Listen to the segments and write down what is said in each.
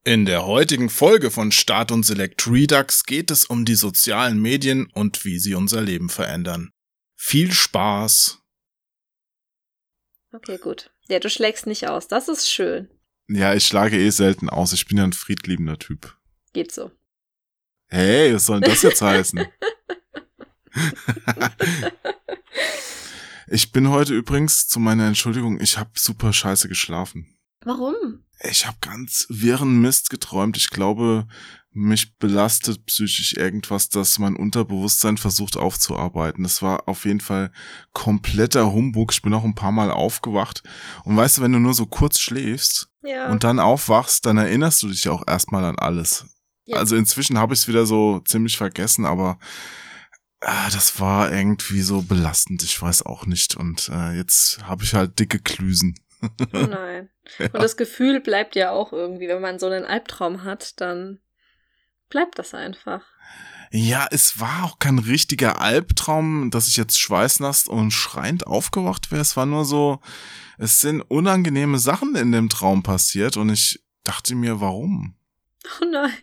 In der heutigen Folge von Start und Select Redux geht es um die sozialen Medien und wie sie unser Leben verändern. Viel Spaß! Okay, gut. Ja, du schlägst nicht aus. Das ist schön. Ja, ich schlage selten aus. Ich bin ja ein friedliebender Typ. Geht so. Hey, was soll denn das jetzt heißen? Ich bin heute übrigens, zu meiner Entschuldigung, ich habe super scheiße geschlafen. Warum? Ich habe ganz wirren Mist geträumt. Ich glaube, mich belastet psychisch irgendwas, das mein Unterbewusstsein versucht aufzuarbeiten. Das war auf jeden Fall kompletter Humbug. Ich bin auch ein paar Mal aufgewacht. Und weißt du, wenn du nur so kurz schläfst und dann aufwachst, dann erinnerst du dich ja auch erstmal an alles. Ja. Also inzwischen habe ich es wieder so ziemlich vergessen, aber das war irgendwie so belastend. Ich weiß auch nicht. Und jetzt habe ich halt dicke Klüsen. Oh nein. Ja. Und das Gefühl bleibt ja auch irgendwie, wenn man so einen Albtraum hat, dann bleibt das einfach. Ja, es war auch kein richtiger Albtraum, dass ich jetzt schweißnass und schreiend aufgewacht wäre. Es war nur so, es sind unangenehme Sachen in dem Traum passiert und ich dachte mir, warum? Oh nein.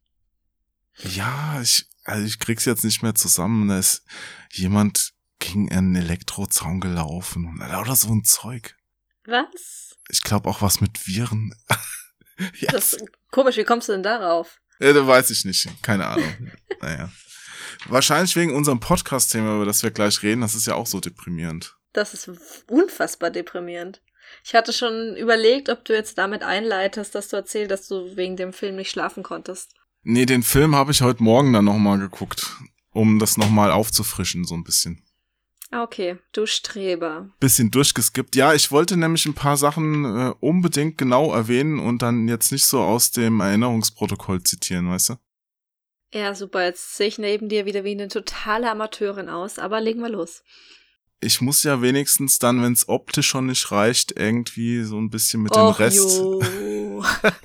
Ja, ich krieg's jetzt nicht mehr zusammen. Da ist jemand gegen einen Elektrozaun gelaufen und lauter so ein Zeug. Was? Ich glaube auch was mit Viren. Yes. Das ist komisch, wie kommst du denn darauf? Ja, das weiß ich nicht. Keine Ahnung. Naja. Wahrscheinlich wegen unserem Podcast-Thema, über das wir gleich reden. Das ist ja auch so deprimierend. Das ist unfassbar deprimierend. Ich hatte schon überlegt, ob du jetzt damit einleitest, dass du erzählst, dass du wegen dem Film nicht schlafen konntest. Nee, den Film habe ich heute Morgen dann nochmal geguckt, um das nochmal aufzufrischen, so ein bisschen. Okay, du Streber. Bisschen durchgeskippt. Ja, ich wollte nämlich ein paar Sachen unbedingt genau erwähnen und dann jetzt nicht so aus dem Erinnerungsprotokoll zitieren, weißt du? Ja, super. Jetzt sehe ich neben dir wieder wie eine totale Amateurin aus, aber legen wir los. Ich muss ja wenigstens dann, wenn es optisch schon nicht reicht, irgendwie so ein bisschen mit dem Rest. Jo.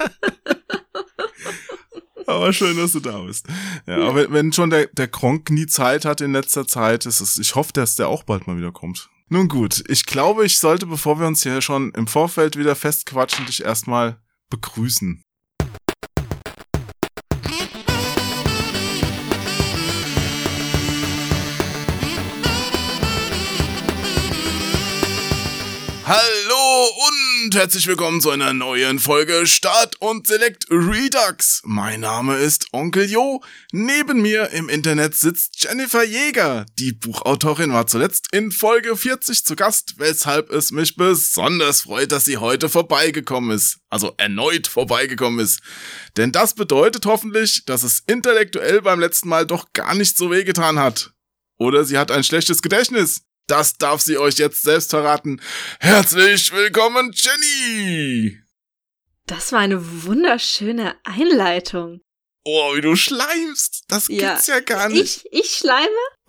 Aber schön, dass du da bist. Ja, aber wenn schon der Kronk nie Zeit hat in letzter Zeit, ich hoffe, dass der auch bald mal wieder kommt. Nun gut, ich glaube, ich sollte, bevor wir uns hier schon im Vorfeld wieder festquatschen, dich erstmal begrüßen. Hallo und herzlich willkommen zu einer neuen Folge Start und Select Redux. Mein Name ist Onkel Jo. Neben mir im Internet sitzt Jennifer Jäger. Die Buchautorin war zuletzt in Folge 40 zu Gast, weshalb es mich besonders freut, dass sie heute vorbeigekommen ist. Also erneut vorbeigekommen ist. Denn das bedeutet hoffentlich, dass es intellektuell beim letzten Mal doch gar nicht so wehgetan hat. Oder sie hat ein schlechtes Gedächtnis. Das darf sie euch jetzt selbst verraten. Herzlich willkommen, Jenny! Das war eine wunderschöne Einleitung. Oh, wie du schleimst. Das gibt's ja gar nicht. Ich schleime?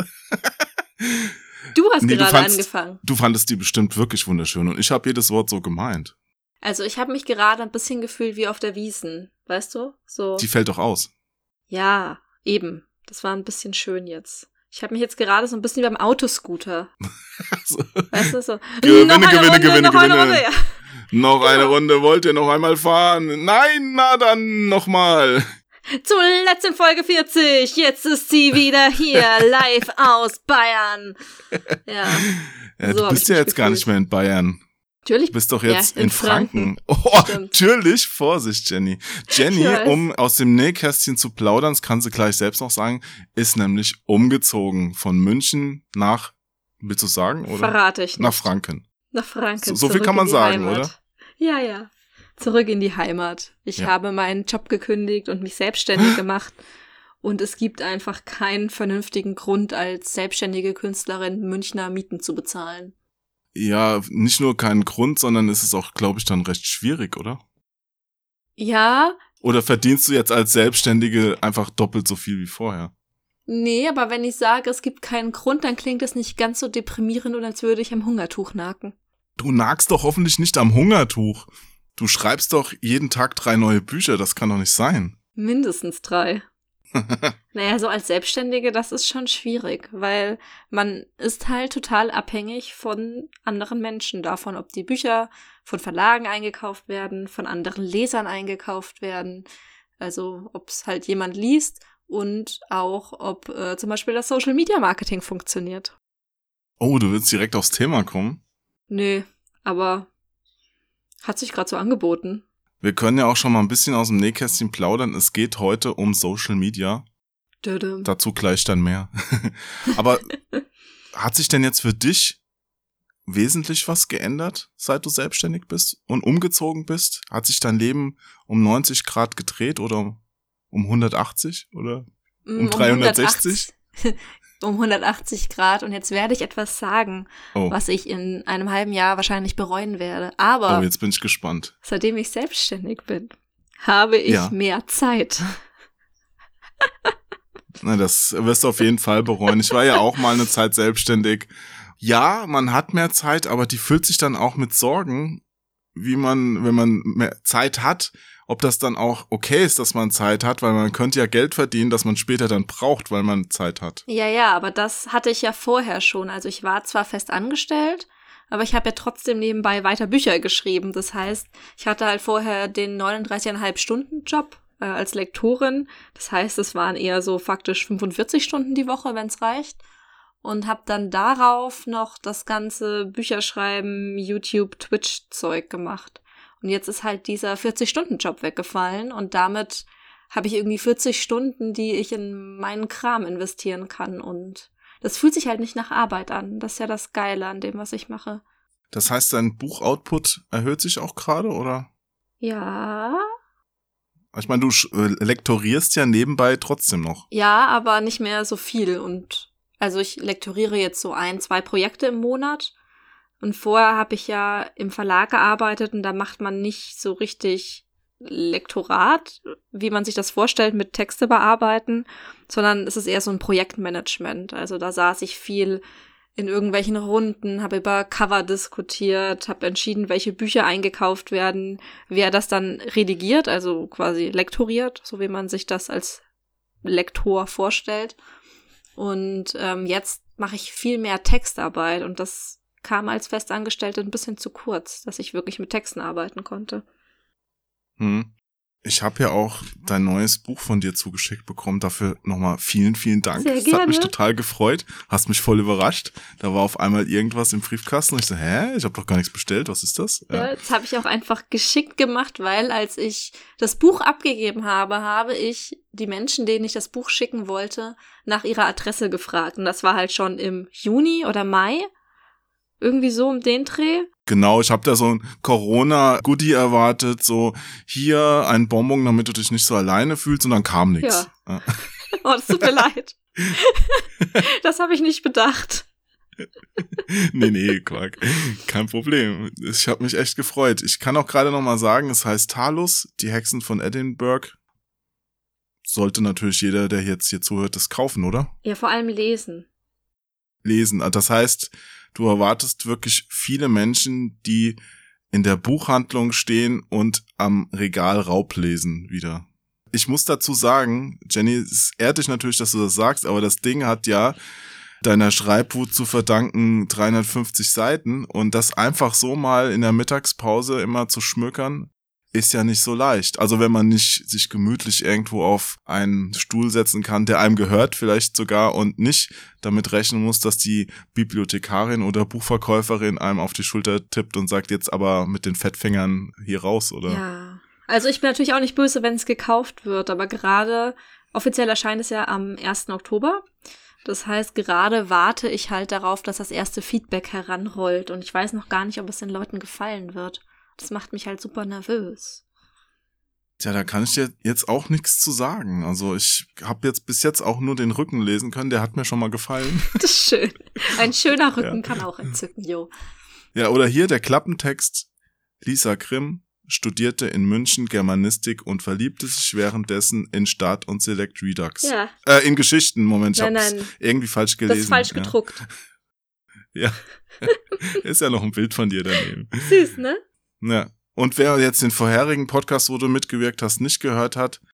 Du hast gerade angefangen. Du fandest die bestimmt wirklich wunderschön und ich habe jedes Wort so gemeint. Also ich habe mich gerade ein bisschen gefühlt wie auf der Wiesn, weißt du? So. Die fällt doch aus. Ja, eben. Das war ein bisschen schön jetzt. Ich habe mich jetzt gerade so ein bisschen wie beim Autoscooter. So. Weißt du, so. Gewinne. Ja. Noch eine Runde, wollt ihr noch einmal fahren? Nein, na dann nochmal. Zuletzt in Folge 40, jetzt ist sie wieder hier, live aus Bayern. Ja, so du bist ja jetzt gar nicht mehr in Bayern. Natürlich. Du bist doch jetzt in Franken. Oh, natürlich. Vorsicht, Jenny. Jenny, um aus dem Nähkästchen zu plaudern, das kann sie gleich selbst noch sagen, ist nämlich umgezogen von München nach, willst du sagen? Oder? Verrate ich nicht. Nach Franken. Nach Franken. So viel kann man sagen, Heimat. Oder? Ja. Zurück in die Heimat. Ich habe meinen Job gekündigt und mich selbstständig gemacht. Und es gibt einfach keinen vernünftigen Grund, als selbstständige Künstlerin Münchner Mieten zu bezahlen. Ja, nicht nur keinen Grund, sondern es ist auch, glaube ich, dann recht schwierig, oder? Ja. Oder verdienst du jetzt als Selbstständige einfach doppelt so viel wie vorher? Nee, aber wenn ich sage, es gibt keinen Grund, dann klingt das nicht ganz so deprimierend und als würde ich am Hungertuch nagen. Du nagst doch hoffentlich nicht am Hungertuch. Du schreibst doch jeden Tag 3 neue Bücher, das kann doch nicht sein. Mindestens 3. Naja, so als Selbstständige, das ist schon schwierig, weil man ist halt total abhängig von anderen Menschen, davon, ob die Bücher von Verlagen eingekauft werden, von anderen Lesern eingekauft werden, also ob es halt jemand liest und auch, ob zum Beispiel das Social-Media-Marketing funktioniert. Oh, du willst direkt aufs Thema kommen? Nö, aber hat sich gerade so angeboten. Wir können ja auch schon mal ein bisschen aus dem Nähkästchen plaudern. Es geht heute um Social Media. Dödüm. Dazu gleich dann mehr. Aber hat sich denn jetzt für dich wesentlich was geändert, seit du selbstständig bist und umgezogen bist? Hat sich dein Leben um 90 Grad gedreht oder um 180 oder um 360? Um 180 Grad. Und jetzt werde ich etwas sagen, was ich in einem halben Jahr wahrscheinlich bereuen werde. Aber jetzt bin ich gespannt. Seitdem ich selbstständig bin, habe ich mehr Zeit. Na, das wirst du auf jeden Fall bereuen. Ich war ja auch mal eine Zeit selbstständig. Ja, man hat mehr Zeit, aber die füllt sich dann auch mit Sorgen, wie man, wenn man mehr Zeit hat, ob das dann auch okay ist, dass man Zeit hat, weil man könnte ja Geld verdienen, das man später dann braucht, weil man Zeit hat. Ja, aber das hatte ich ja vorher schon. Also ich war zwar fest angestellt, aber ich habe ja trotzdem nebenbei weiter Bücher geschrieben. Das heißt, ich hatte halt vorher den 39,5-Stunden-Job als Lektorin. Das heißt, es waren eher so faktisch 45 Stunden die Woche, wenn es reicht. Und habe dann darauf noch das ganze Bücherschreiben, YouTube, Twitch-Zeug gemacht. Und jetzt ist halt dieser 40-Stunden-Job weggefallen und damit habe ich irgendwie 40 Stunden, die ich in meinen Kram investieren kann. Und das fühlt sich halt nicht nach Arbeit an. Das ist ja das Geile an dem, was ich mache. Das heißt, dein Buchoutput erhöht sich auch gerade, oder? Ja. Ich meine, du lektorierst ja nebenbei trotzdem noch. Ja, aber nicht mehr so viel. Und also ich lektoriere jetzt so 1-2 Projekte im Monat. Und vorher habe ich ja im Verlag gearbeitet und da macht man nicht so richtig Lektorat, wie man sich das vorstellt, mit Texte bearbeiten, sondern es ist eher so ein Projektmanagement. Also da saß ich viel in irgendwelchen Runden, habe über Cover diskutiert, habe entschieden, welche Bücher eingekauft werden, wer das dann redigiert, also quasi lektoriert, so wie man sich das als Lektor vorstellt. Und jetzt mache ich viel mehr Textarbeit und das kam als Festangestellte ein bisschen zu kurz, dass ich wirklich mit Texten arbeiten konnte. Ich habe ja auch dein neues Buch von dir zugeschickt bekommen. Dafür nochmal vielen, vielen Dank. Sehr gerne. Das hat mich total gefreut. Hast mich voll überrascht. Da war auf einmal irgendwas im Briefkasten und ich so, ich habe doch gar nichts bestellt. Was ist das? Ja, das habe ich auch einfach geschickt gemacht, weil als ich das Buch abgegeben habe, habe ich die Menschen, denen ich das Buch schicken wollte, nach ihrer Adresse gefragt. Und das war halt schon im Juni oder Mai. Irgendwie so um den Dreh. Genau, ich habe da so ein Corona-Goodie erwartet, so hier ein Bonbon, damit du dich nicht so alleine fühlst und dann kam nichts. Ja. Oh, das tut mir leid. Das habe ich nicht bedacht. Nee, Quark. Kein Problem. Ich habe mich echt gefreut. Ich kann auch gerade noch mal sagen, es heißt Talus, die Hexen von Edinburgh. Sollte natürlich jeder, der jetzt hier zuhört, das kaufen, oder? Ja, vor allem lesen. Lesen. Das heißt, du erwartest wirklich viele Menschen, die in der Buchhandlung stehen und am Regal Raub lesen wieder. Ich muss dazu sagen, Jenny, es ehrt dich natürlich, dass du das sagst, aber das Ding hat ja deiner Schreibwut zu verdanken 350 Seiten und das einfach so mal in der Mittagspause immer zu schmökern, ist ja nicht so leicht. Also wenn man nicht sich gemütlich irgendwo auf einen Stuhl setzen kann, der einem gehört vielleicht sogar und nicht damit rechnen muss, dass die Bibliothekarin oder Buchverkäuferin einem auf die Schulter tippt und sagt jetzt aber mit den Fettfingern hier raus, oder? Ja, also ich bin natürlich auch nicht böse, wenn es gekauft wird, aber gerade offiziell erscheint es ja am 1. Oktober. Das heißt, gerade warte ich halt darauf, dass das erste Feedback heranrollt und ich weiß noch gar nicht, ob es den Leuten gefallen wird. Das macht mich halt super nervös. Tja, da kann ich dir jetzt auch nichts zu sagen. Also ich habe jetzt bis jetzt auch nur den Rücken lesen können, der hat mir schon mal gefallen. Das ist schön. Ein schöner Rücken kann auch entzücken, jo. Ja, oder hier der Klappentext. Lisa Grimm studierte in München Germanistik und verliebte sich währenddessen in Start und Select Redux. Ja. In Geschichten, Moment, ich hab's irgendwie falsch gelesen. Das ist falsch gedruckt. Ja. Ist ja noch ein Bild von dir daneben. Süß, ne? Ja, und wer jetzt den vorherigen Podcast, wo du mitgewirkt hast, nicht gehört hat,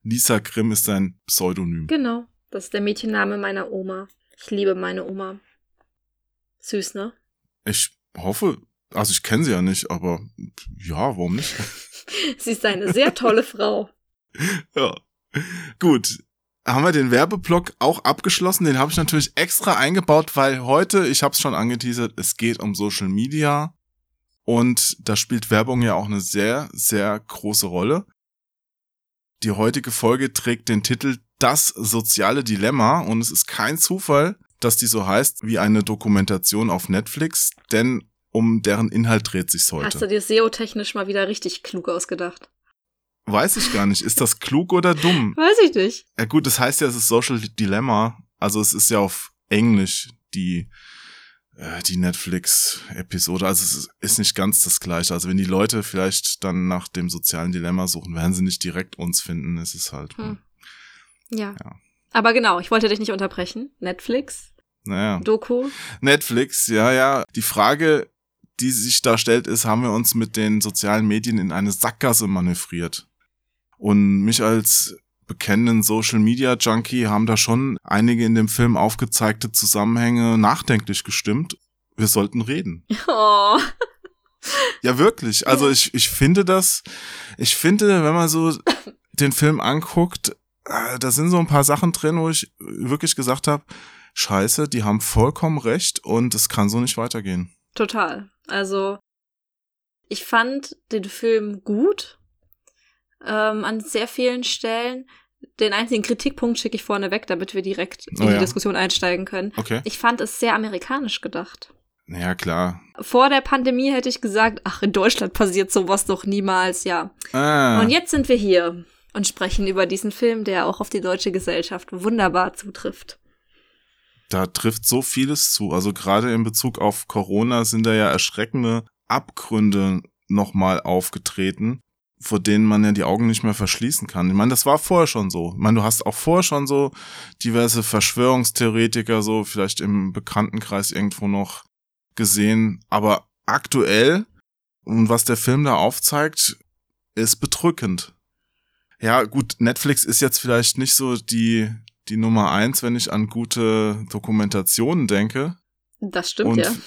Lisa Grimm ist dein Pseudonym. Genau, das ist der Mädchenname meiner Oma. Ich liebe meine Oma. Süß, ne? Ich hoffe, also ich kenne sie ja nicht, aber ja, warum nicht? Sie ist eine sehr tolle Frau. Ja, gut. Haben wir den Werbeblock auch abgeschlossen? Den habe ich natürlich extra eingebaut, weil heute, ich habe es schon angeteasert, es geht um Social Media und da spielt Werbung ja auch eine sehr, sehr große Rolle. Die heutige Folge trägt den Titel Das soziale Dilemma und es ist kein Zufall, dass die so heißt wie eine Dokumentation auf Netflix, denn um deren Inhalt dreht sich's heute. Hast du dir SEO-technisch mal wieder richtig klug ausgedacht? Weiß ich gar nicht. Ist das klug oder dumm? Weiß ich nicht. Ja gut, das heißt ja, es ist Social Dilemma. Also es ist ja auf Englisch die Netflix-Episode. Also es ist nicht ganz das Gleiche. Also wenn die Leute vielleicht dann nach dem sozialen Dilemma suchen, werden sie nicht direkt uns finden. Es ist halt... Ja. Aber genau, ich wollte dich nicht unterbrechen. Netflix? Doku? Netflix, ja. Die Frage, die sich da stellt, ist, haben wir uns mit den sozialen Medien in eine Sackgasse manövriert? Und mich als bekennenden Social-Media-Junkie haben da schon einige in dem Film aufgezeigte Zusammenhänge nachdenklich gestimmt. Wir sollten reden. Oh. Ja, wirklich. Also ich finde, wenn man so den Film anguckt, da sind so ein paar Sachen drin, wo ich wirklich gesagt habe, Scheiße, die haben vollkommen recht und es kann so nicht weitergehen. Total. Also ich fand den Film gut an sehr vielen Stellen. Den einzigen Kritikpunkt schicke ich vorne weg, damit wir direkt in die Diskussion einsteigen können. Okay. Ich fand es sehr amerikanisch gedacht. Ja, klar. Vor der Pandemie hätte ich gesagt, ach, in Deutschland passiert sowas doch niemals, ja. Und jetzt sind wir hier und sprechen über diesen Film, der auch auf die deutsche Gesellschaft wunderbar zutrifft. Da trifft so vieles zu. Also gerade in Bezug auf Corona sind da ja erschreckende Abgründe nochmal aufgetreten, vor denen man ja die Augen nicht mehr verschließen kann. Ich meine, das war vorher schon so. Ich meine, du hast auch vorher schon so diverse Verschwörungstheoretiker so vielleicht im Bekanntenkreis irgendwo noch gesehen. Aber aktuell, und was der Film da aufzeigt, ist bedrückend. Ja, gut, Netflix ist jetzt vielleicht nicht so die Nummer 1, wenn ich an gute Dokumentationen denke. Das stimmt, und ja.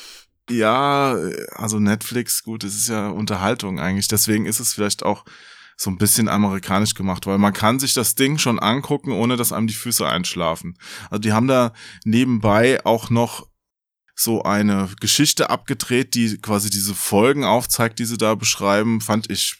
Ja, also Netflix, gut, es ist ja Unterhaltung eigentlich. Deswegen ist es vielleicht auch so ein bisschen amerikanisch gemacht, weil man kann sich das Ding schon angucken, ohne dass einem die Füße einschlafen. Also die haben da nebenbei auch noch so eine Geschichte abgedreht, die quasi diese Folgen aufzeigt, die sie da beschreiben, fand ich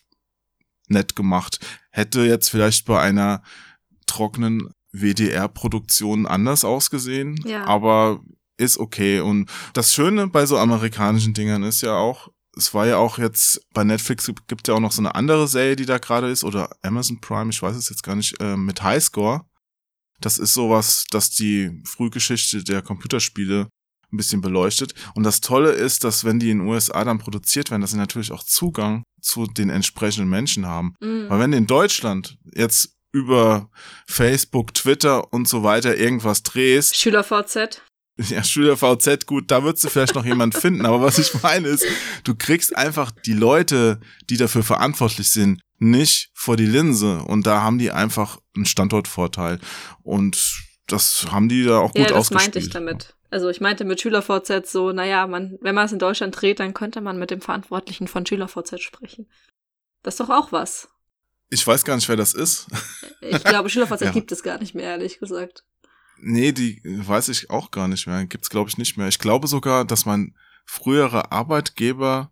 nett gemacht. Hätte jetzt vielleicht bei einer trockenen WDR-Produktion anders ausgesehen, aber ist okay. Und das Schöne bei so amerikanischen Dingern ist ja auch, es war ja auch jetzt, bei Netflix gibt ja auch noch so eine andere Serie, die da gerade ist, oder Amazon Prime, ich weiß es jetzt gar nicht, mit Highscore. Das ist sowas, das die Frühgeschichte der Computerspiele ein bisschen beleuchtet. Und das Tolle ist, dass wenn die in den USA dann produziert werden, dass sie natürlich auch Zugang zu den entsprechenden Menschen haben. Weil wenn du in Deutschland jetzt über Facebook, Twitter und so weiter irgendwas drehst. SchülerVZ. Ja, SchülerVZ, gut, da würdest du vielleicht noch jemanden finden, aber was ich meine ist, du kriegst einfach die Leute, die dafür verantwortlich sind, nicht vor die Linse und da haben die einfach einen Standortvorteil und das haben die da auch gut ausgespielt. Ja, das meinte ich damit. Also ich meinte mit SchülerVZ so, naja, wenn man es in Deutschland dreht, dann könnte man mit dem Verantwortlichen von SchülerVZ sprechen. Das ist doch auch was. Ich weiß gar nicht, wer das ist. Ich glaube, SchülerVZ gibt es gar nicht mehr, ehrlich gesagt. Nee, die weiß ich auch gar nicht mehr. Gibt's, glaube ich, nicht mehr. Ich glaube sogar, dass mein früherer Arbeitgeber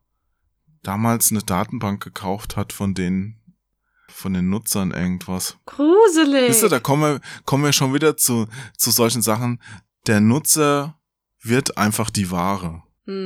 damals eine Datenbank gekauft hat von den Nutzern irgendwas. Gruselig. Wisst ihr, da kommen wir schon wieder zu solchen Sachen. Der Nutzer wird einfach die Ware.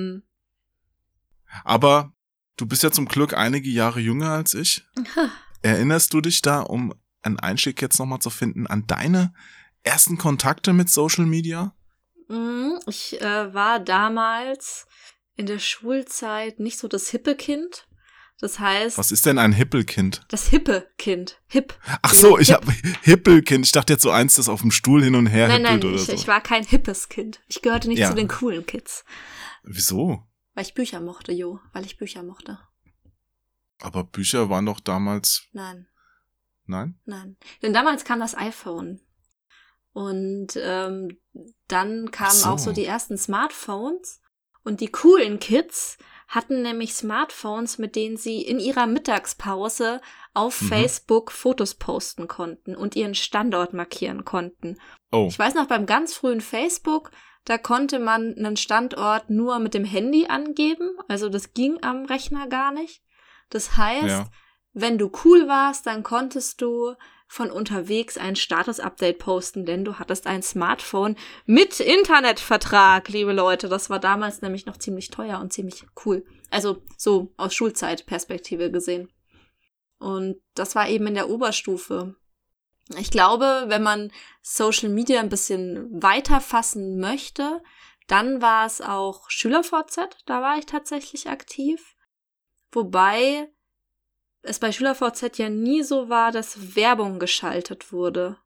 Aber du bist ja zum Glück einige Jahre jünger als ich. Erinnerst du dich da, um einen Einstieg jetzt nochmal zu finden, an deine ersten Kontakte mit Social Media? Ich war damals in der Schulzeit nicht so das hippe Kind. Das heißt... Was ist denn ein Hippelkind? Das hippe Kind. Hip. Ach so, ich habe Hippelkind. Ich dachte jetzt so eins, das auf dem Stuhl hin und her hippelt oder so. Ich war kein hippes Kind. Ich gehörte nicht zu den coolen Kids. Wieso? Weil ich Bücher mochte, Jo. Weil ich Bücher mochte. Aber Bücher waren doch damals... Nein. Nein? Nein. Denn damals kam das iPhone. Und dann kamen auch so die ersten Smartphones. Und die coolen Kids hatten nämlich Smartphones, mit denen sie in ihrer Mittagspause auf Facebook Fotos posten konnten und ihren Standort markieren konnten. Oh. Ich weiß noch, beim ganz frühen Facebook, da konnte man einen Standort nur mit dem Handy angeben. Also das ging am Rechner gar nicht. Das heißt, wenn du cool warst, dann konntest du von unterwegs ein Status-Update posten, denn du hattest ein Smartphone mit Internetvertrag, liebe Leute. Das war damals nämlich noch ziemlich teuer und ziemlich cool. Also so aus Schulzeitperspektive gesehen. Und das war eben in der Oberstufe. Ich glaube, wenn man Social Media ein bisschen weiter fassen möchte, dann war es auch SchülerVZ. Da war ich tatsächlich aktiv. Wobei es bei SchülerVZ ja nie so war, dass Werbung geschaltet wurde.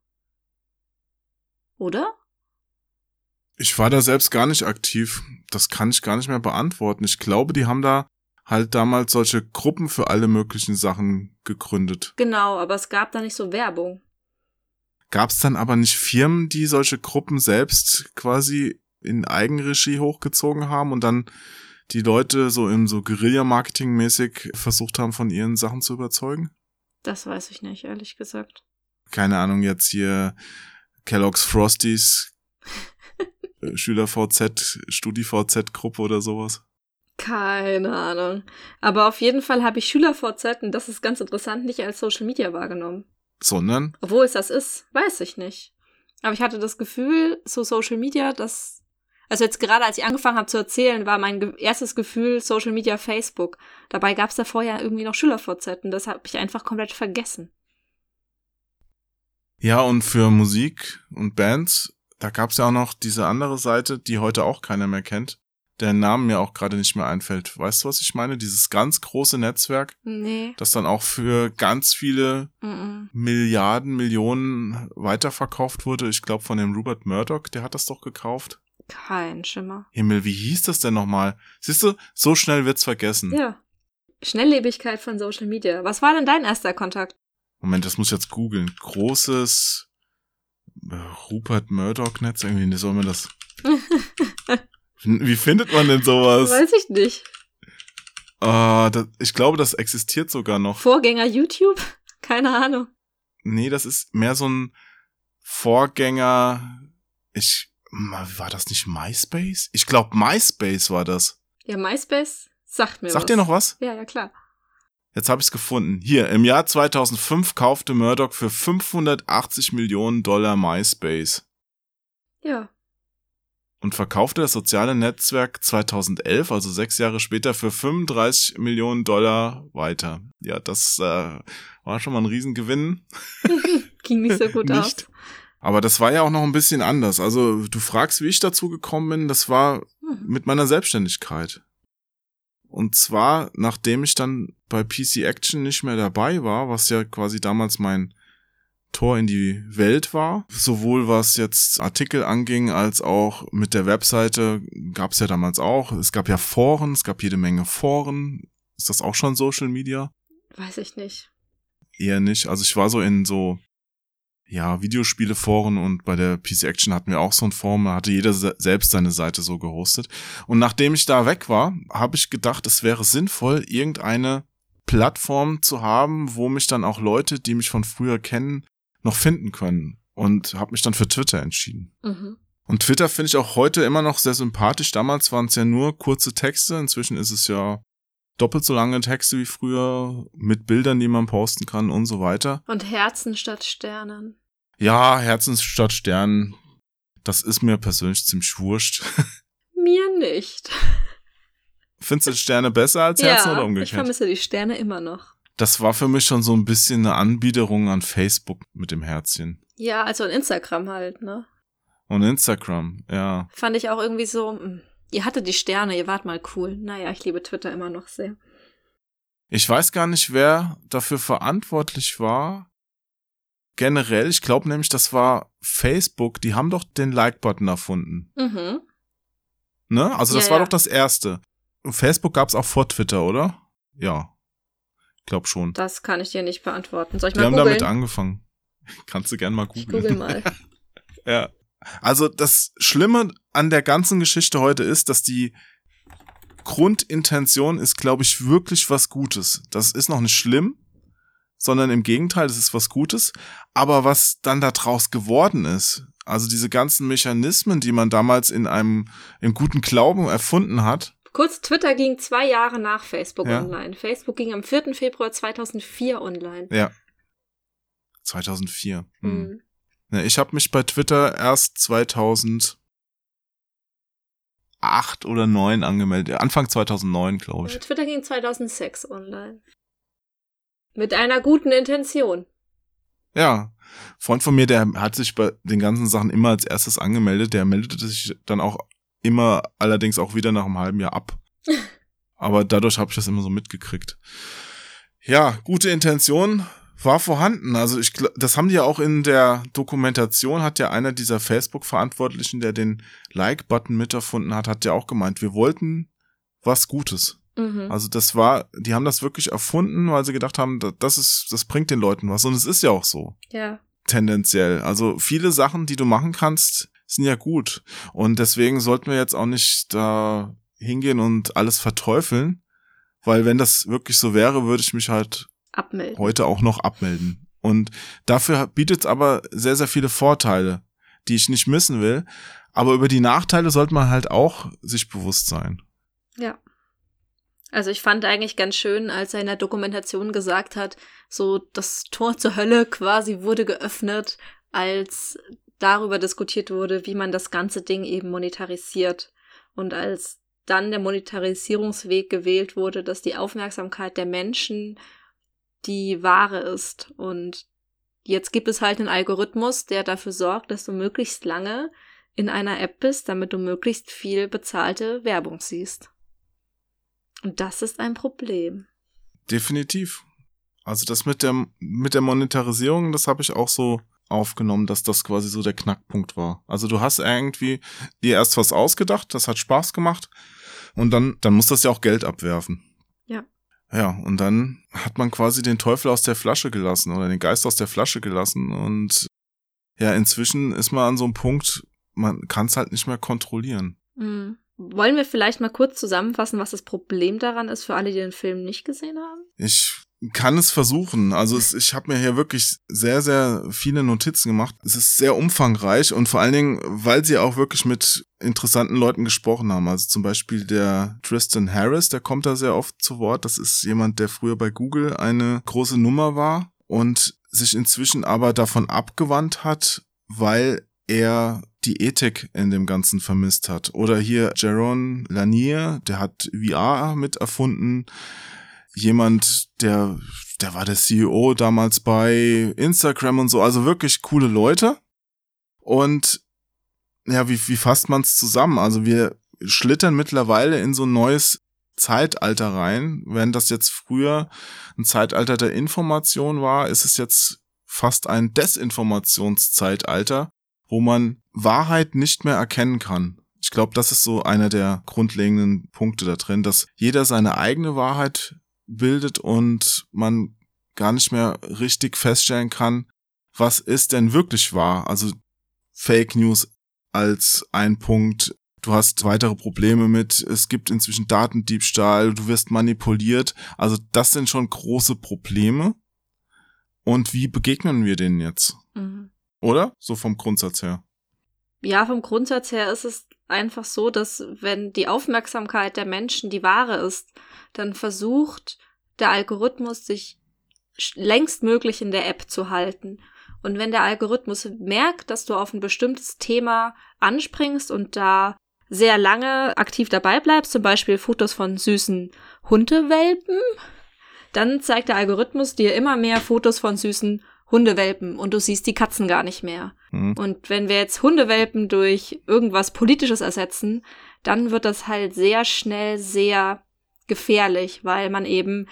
Oder? Ich war da selbst gar nicht aktiv. Das kann ich gar nicht mehr beantworten. Ich glaube, die haben da halt damals solche Gruppen für alle möglichen Sachen gegründet. Genau, aber es gab da nicht so Werbung. Gab es dann aber nicht Firmen, die solche Gruppen selbst quasi in Eigenregie hochgezogen haben und dann die Leute so Guerilla-Marketing-mäßig versucht haben, von ihren Sachen zu überzeugen? Das weiß ich nicht, ehrlich gesagt. Keine Ahnung, jetzt hier Kellogg's Frosties, SchülerVZ, StudiVZ-Gruppe oder sowas. Keine Ahnung. Aber auf jeden Fall habe ich SchülerVZ, und das ist ganz interessant, nicht als Social Media wahrgenommen. Sondern? Obwohl es das ist, weiß ich nicht. Aber ich hatte das Gefühl, so Social Media, also jetzt gerade als ich angefangen habe zu erzählen, war mein erstes Gefühl Social Media Facebook. Dabei gab es da vorher irgendwie noch SchülerVZ und das habe ich einfach komplett vergessen. Ja, und für Musik und Bands, da gab es ja auch noch diese andere Seite, die heute auch keiner mehr kennt, deren Namen mir auch gerade nicht mehr einfällt. Weißt du, was ich meine? Dieses ganz große Netzwerk, Nee. das dann auch für ganz viele Milliarden, Millionen weiterverkauft wurde. Ich glaube von dem Rupert Murdoch, der hat das doch gekauft. Kein Schimmer. Himmel, wie hieß das denn nochmal? Siehst du, so schnell wird's vergessen. Ja. Schnelllebigkeit von Social Media. Was war denn dein erster Kontakt? Moment, das muss ich jetzt googeln. Großes Rupert Murdoch-Netz, irgendwie soll man das... Wie findet man denn sowas? Weiß ich nicht. Ich glaube, das existiert sogar noch. Vorgänger YouTube? Keine Ahnung. Nee, das ist mehr so ein Vorgänger... War das nicht MySpace? Ich glaube, MySpace war das. Ja, MySpace sagt mir was. Sagt dir noch was? Ja, klar. Jetzt habe ich es gefunden. Hier, im Jahr 2005 kaufte Murdoch für $580 Millionen MySpace. Ja. Und verkaufte das soziale Netzwerk 2011, also 6 Jahre später, für $35 Millionen weiter. Ja, das war schon mal ein Riesengewinn. Ging nicht so gut aus. Aber das war ja auch noch ein bisschen anders. Also du fragst, wie ich dazu gekommen bin, das war mit meiner Selbstständigkeit. Und zwar, nachdem ich dann bei PC Action nicht mehr dabei war, was ja quasi damals mein Tor in die Welt war, sowohl was jetzt Artikel anging, als auch mit der Webseite gab es ja damals auch. Es gab ja Foren, es gab jede Menge Foren. Ist das auch schon Social Media? Weiß ich nicht. Eher nicht. Also ich war so in Videospiele-Foren und bei der PC Action hatten wir auch so ein Forum, da hatte jeder selbst seine Seite so gehostet. Und nachdem ich da weg war, habe ich gedacht, es wäre sinnvoll, irgendeine Plattform zu haben, wo mich dann auch Leute, die mich von früher kennen, noch finden können. Und habe mich dann für Twitter entschieden. Mhm. Und Twitter finde ich auch heute immer noch sehr sympathisch. Damals waren es ja nur kurze Texte, inzwischen ist es ja doppelt so lange Texte wie früher, mit Bildern, die man posten kann und so weiter. Und Herzen statt Sternen. Ja, Herzen statt Sternen, das ist mir persönlich ziemlich wurscht. Mir nicht. Findest du Sterne besser als Herzen oder umgekehrt? Ich vermisse die Sterne immer noch. Das war für mich schon so ein bisschen eine Anbiederung an Facebook mit dem Herzchen. Ja, also an Instagram halt, ne? Und Instagram, ja. Fand ich auch irgendwie so, ihr hattet die Sterne, ihr wart mal cool. Naja, ich liebe Twitter immer noch sehr. Ich weiß gar nicht, wer dafür verantwortlich war. Generell, ich glaube nämlich, das war Facebook, die haben doch den Like-Button erfunden. Mhm. Ne? Also das war doch das Erste. Und Facebook gab's auch vor Twitter, oder? Ja. Glaub schon. Das kann ich dir nicht beantworten. Soll ich Die mal haben googeln? damit angefangen. Kannst du gern mal googeln. Ich google mal. Ja. Also das Schlimme an der ganzen Geschichte heute ist, dass die Grundintention ist, glaube ich, wirklich was Gutes. Das ist noch nicht schlimm, sondern im Gegenteil, das ist was Gutes. Aber was dann da draus geworden ist, also diese ganzen Mechanismen, die man damals im guten Glauben erfunden hat. Kurz, Twitter ging 2 Jahre nach Facebook Ja. online. Facebook ging am 4. Februar 2004 online. Ja. 2004. Mhm. Ja, ich habe mich bei Twitter erst 2008 oder 2009 angemeldet. Anfang 2009, glaube ich. Twitter ging 2006 online. Mit einer guten Intention. Ja, Freund von mir, der hat sich bei den ganzen Sachen immer als erstes angemeldet. Der meldete sich dann auch immer, allerdings auch wieder nach einem halben Jahr ab. Aber dadurch habe ich das immer so mitgekriegt. Ja, gute Intention war vorhanden. Also das haben die ja auch in der Dokumentation, hat ja einer dieser Facebook-Verantwortlichen, der den Like-Button miterfunden hat, hat ja auch gemeint, wir wollten was Gutes. Mhm. Also die haben das wirklich erfunden, weil sie gedacht haben, das bringt den Leuten was. Und es ist ja auch so. Ja. Tendenziell. Also viele Sachen, die du machen kannst, sind ja gut. Und deswegen sollten wir jetzt auch nicht da hingehen und alles verteufeln, weil wenn das wirklich so wäre, würde ich mich halt Abmelden. heute auch noch abmelden. Und dafür bietet es aber sehr, sehr viele Vorteile, die ich nicht missen will. Aber über die Nachteile sollte man halt auch sich bewusst sein. Ja. Also ich fand eigentlich ganz schön, als er in der Dokumentation gesagt hat, so das Tor zur Hölle quasi wurde geöffnet, als darüber diskutiert wurde, wie man das ganze Ding eben monetarisiert. Und als dann der Monetarisierungsweg gewählt wurde, dass die Aufmerksamkeit der Menschen die Ware ist. Und jetzt gibt es halt einen Algorithmus, der dafür sorgt, dass du möglichst lange in einer App bist, damit du möglichst viel bezahlte Werbung siehst. Und das ist ein Problem. Definitiv. Also das mit der Monetarisierung, das habe ich auch so aufgenommen, dass das quasi so der Knackpunkt war. Also du hast irgendwie dir erst was ausgedacht, das hat Spaß gemacht und dann muss das ja auch Geld abwerfen. Ja. Ja, und dann hat man quasi den Teufel aus der Flasche gelassen oder den Geist aus der Flasche gelassen und ja, inzwischen ist man an so einem Punkt, man kann es halt nicht mehr kontrollieren. Mhm. Wollen wir vielleicht mal kurz zusammenfassen, was das Problem daran ist für alle, die den Film nicht gesehen haben? Ich kann es versuchen. Also ich habe mir hier wirklich sehr, sehr viele Notizen gemacht. Es ist sehr umfangreich und vor allen Dingen, weil sie auch wirklich mit interessanten Leuten gesprochen haben. Also zum Beispiel der Tristan Harris, der kommt da sehr oft zu Wort. Das ist jemand, der früher bei Google eine große Nummer war und sich inzwischen aber davon abgewandt hat, weil er die Ethik in dem Ganzen vermisst hat. Oder hier Jaron Lanier, der hat VR mit erfunden. Jemand, der war der CEO damals bei Instagram und so, also wirklich coole Leute. Und ja, wie fasst man es zusammen? Also wir schlittern mittlerweile in so ein neues Zeitalter rein. Wenn das jetzt früher ein Zeitalter der Information war, ist es jetzt fast ein Desinformationszeitalter, wo man Wahrheit nicht mehr erkennen kann. Ich glaube, das ist so einer der grundlegenden Punkte da drin, dass jeder seine eigene Wahrheit bildet und man gar nicht mehr richtig feststellen kann, was ist denn wirklich wahr. Also Fake News als ein Punkt. Du hast weitere Probleme mit, es gibt inzwischen Datendiebstahl, du wirst manipuliert. Also das sind schon große Probleme. Und wie begegnen wir denen jetzt? Mhm. Oder? So vom Grundsatz her. Ja, vom Grundsatz her ist es einfach so, dass wenn die Aufmerksamkeit der Menschen die Ware ist, dann versucht der Algorithmus, sich längstmöglich in der App zu halten. Und wenn der Algorithmus merkt, dass du auf ein bestimmtes Thema anspringst und da sehr lange aktiv dabei bleibst, zum Beispiel Fotos von süßen Hundewelpen, dann zeigt der Algorithmus dir immer mehr Fotos von süßen Hundewelpen und du siehst die Katzen gar nicht mehr. Mhm. Und wenn wir jetzt Hundewelpen durch irgendwas Politisches ersetzen, dann wird das halt sehr schnell sehr gefährlich, weil man eben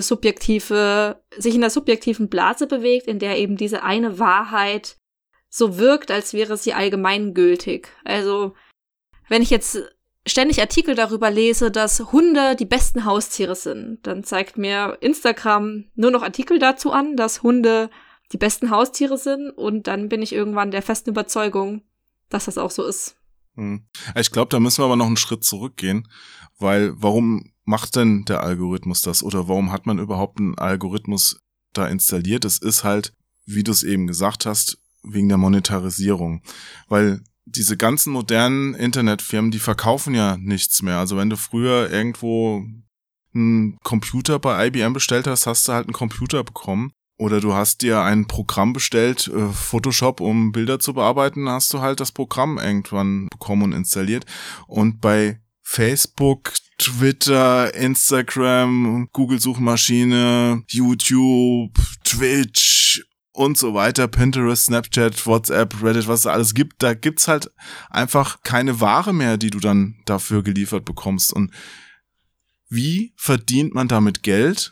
sich in der subjektiven Blase bewegt, in der eben diese eine Wahrheit so wirkt, als wäre sie allgemeingültig. Also, wenn ich jetzt ständig Artikel darüber lese, dass Hunde die besten Haustiere sind, dann zeigt mir Instagram nur noch Artikel dazu an, dass Hunde die besten Haustiere sind und dann bin ich irgendwann der festen Überzeugung, dass das auch so ist. Ich glaube, da müssen wir aber noch einen Schritt zurückgehen, weil warum macht denn der Algorithmus das oder warum hat man überhaupt einen Algorithmus da installiert? Es ist halt, wie du es eben gesagt hast, wegen der Monetarisierung, weil diese ganzen modernen Internetfirmen, die verkaufen ja nichts mehr. Also wenn du früher irgendwo einen Computer bei IBM bestellt hast, hast du halt einen Computer bekommen. Oder du hast dir ein Programm bestellt, Photoshop, um Bilder zu bearbeiten, hast du halt das Programm irgendwann bekommen und installiert. Und bei Facebook, Twitter, Instagram, Google-Suchmaschine, YouTube, Twitch und so weiter, Pinterest, Snapchat, WhatsApp, Reddit, was es alles gibt, da gibt's halt einfach keine Ware mehr, die du dann dafür geliefert bekommst. Und wie verdient man damit Geld?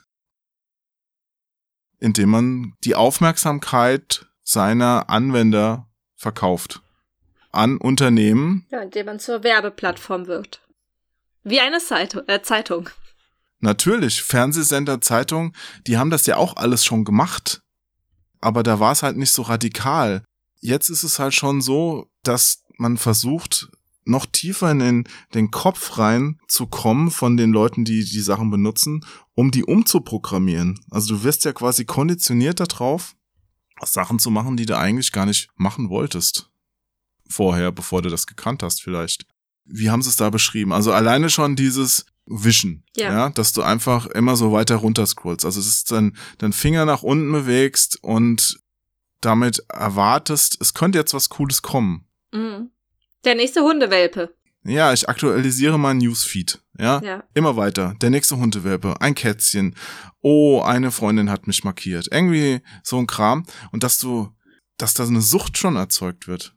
Indem man die Aufmerksamkeit seiner Anwender verkauft an Unternehmen. Ja, indem man zur Werbeplattform wird. Wie eine Zeitung. Natürlich, Fernsehsender, Zeitung, die haben das ja auch alles schon gemacht. Aber da war es halt nicht so radikal. Jetzt ist es halt schon so, dass man versucht, noch tiefer in den Kopf rein zu kommen von den Leuten, die die Sachen benutzen, um die umzuprogrammieren. Also du wirst ja quasi konditioniert darauf, Sachen zu machen, die du eigentlich gar nicht machen wolltest. Vorher, bevor du das gekannt hast vielleicht. Wie haben sie es da beschrieben? Also alleine schon dieses Wischen, ja, dass du einfach immer so weiter runter scrollst. Also es ist dein Finger nach unten bewegst und damit erwartest, es könnte jetzt was Cooles kommen. Mhm. Der nächste Hundewelpe. Ja, ich aktualisiere meinen Newsfeed, ja, immer weiter. Der nächste Hundewelpe, ein Kätzchen. Oh, eine Freundin hat mich markiert. Irgendwie so ein Kram. Und dass da eine Sucht schon erzeugt wird.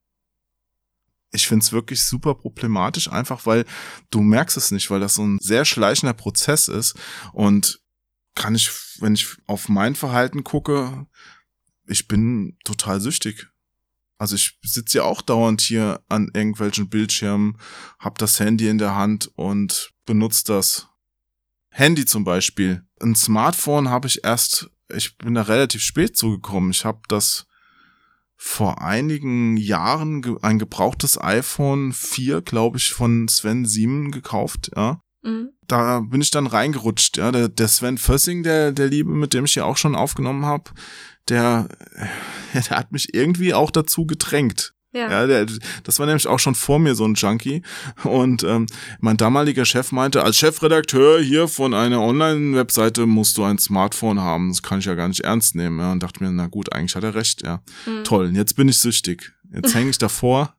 Ich find's wirklich super problematisch, einfach weil du merkst es nicht, weil das so ein sehr schleichender Prozess ist und wenn ich auf mein Verhalten gucke, ich bin total süchtig. Also ich sitze ja auch dauernd hier an irgendwelchen Bildschirmen, hab das Handy in der Hand und benutze das. Handy zum Beispiel. Ein Smartphone ich bin da relativ spät zugekommen. Ich habe das vor einigen Jahren ein gebrauchtes iPhone 4, glaube ich, von Sven Siemen gekauft, ja. Mhm. Da bin ich dann reingerutscht, ja. Der Sven Fössing, der Liebe, mit dem ich ja auch schon aufgenommen habe, der hat mich irgendwie auch dazu gedrängt. Ja, das war nämlich auch schon vor mir so ein Junkie. Und mein damaliger Chef meinte, als Chefredakteur hier von einer Online-Webseite musst du ein Smartphone haben. Das kann ich ja gar nicht ernst nehmen. Ja, und dachte mir, na gut, eigentlich hat er recht. Ja, Toll, jetzt bin ich süchtig. Jetzt hänge ich davor,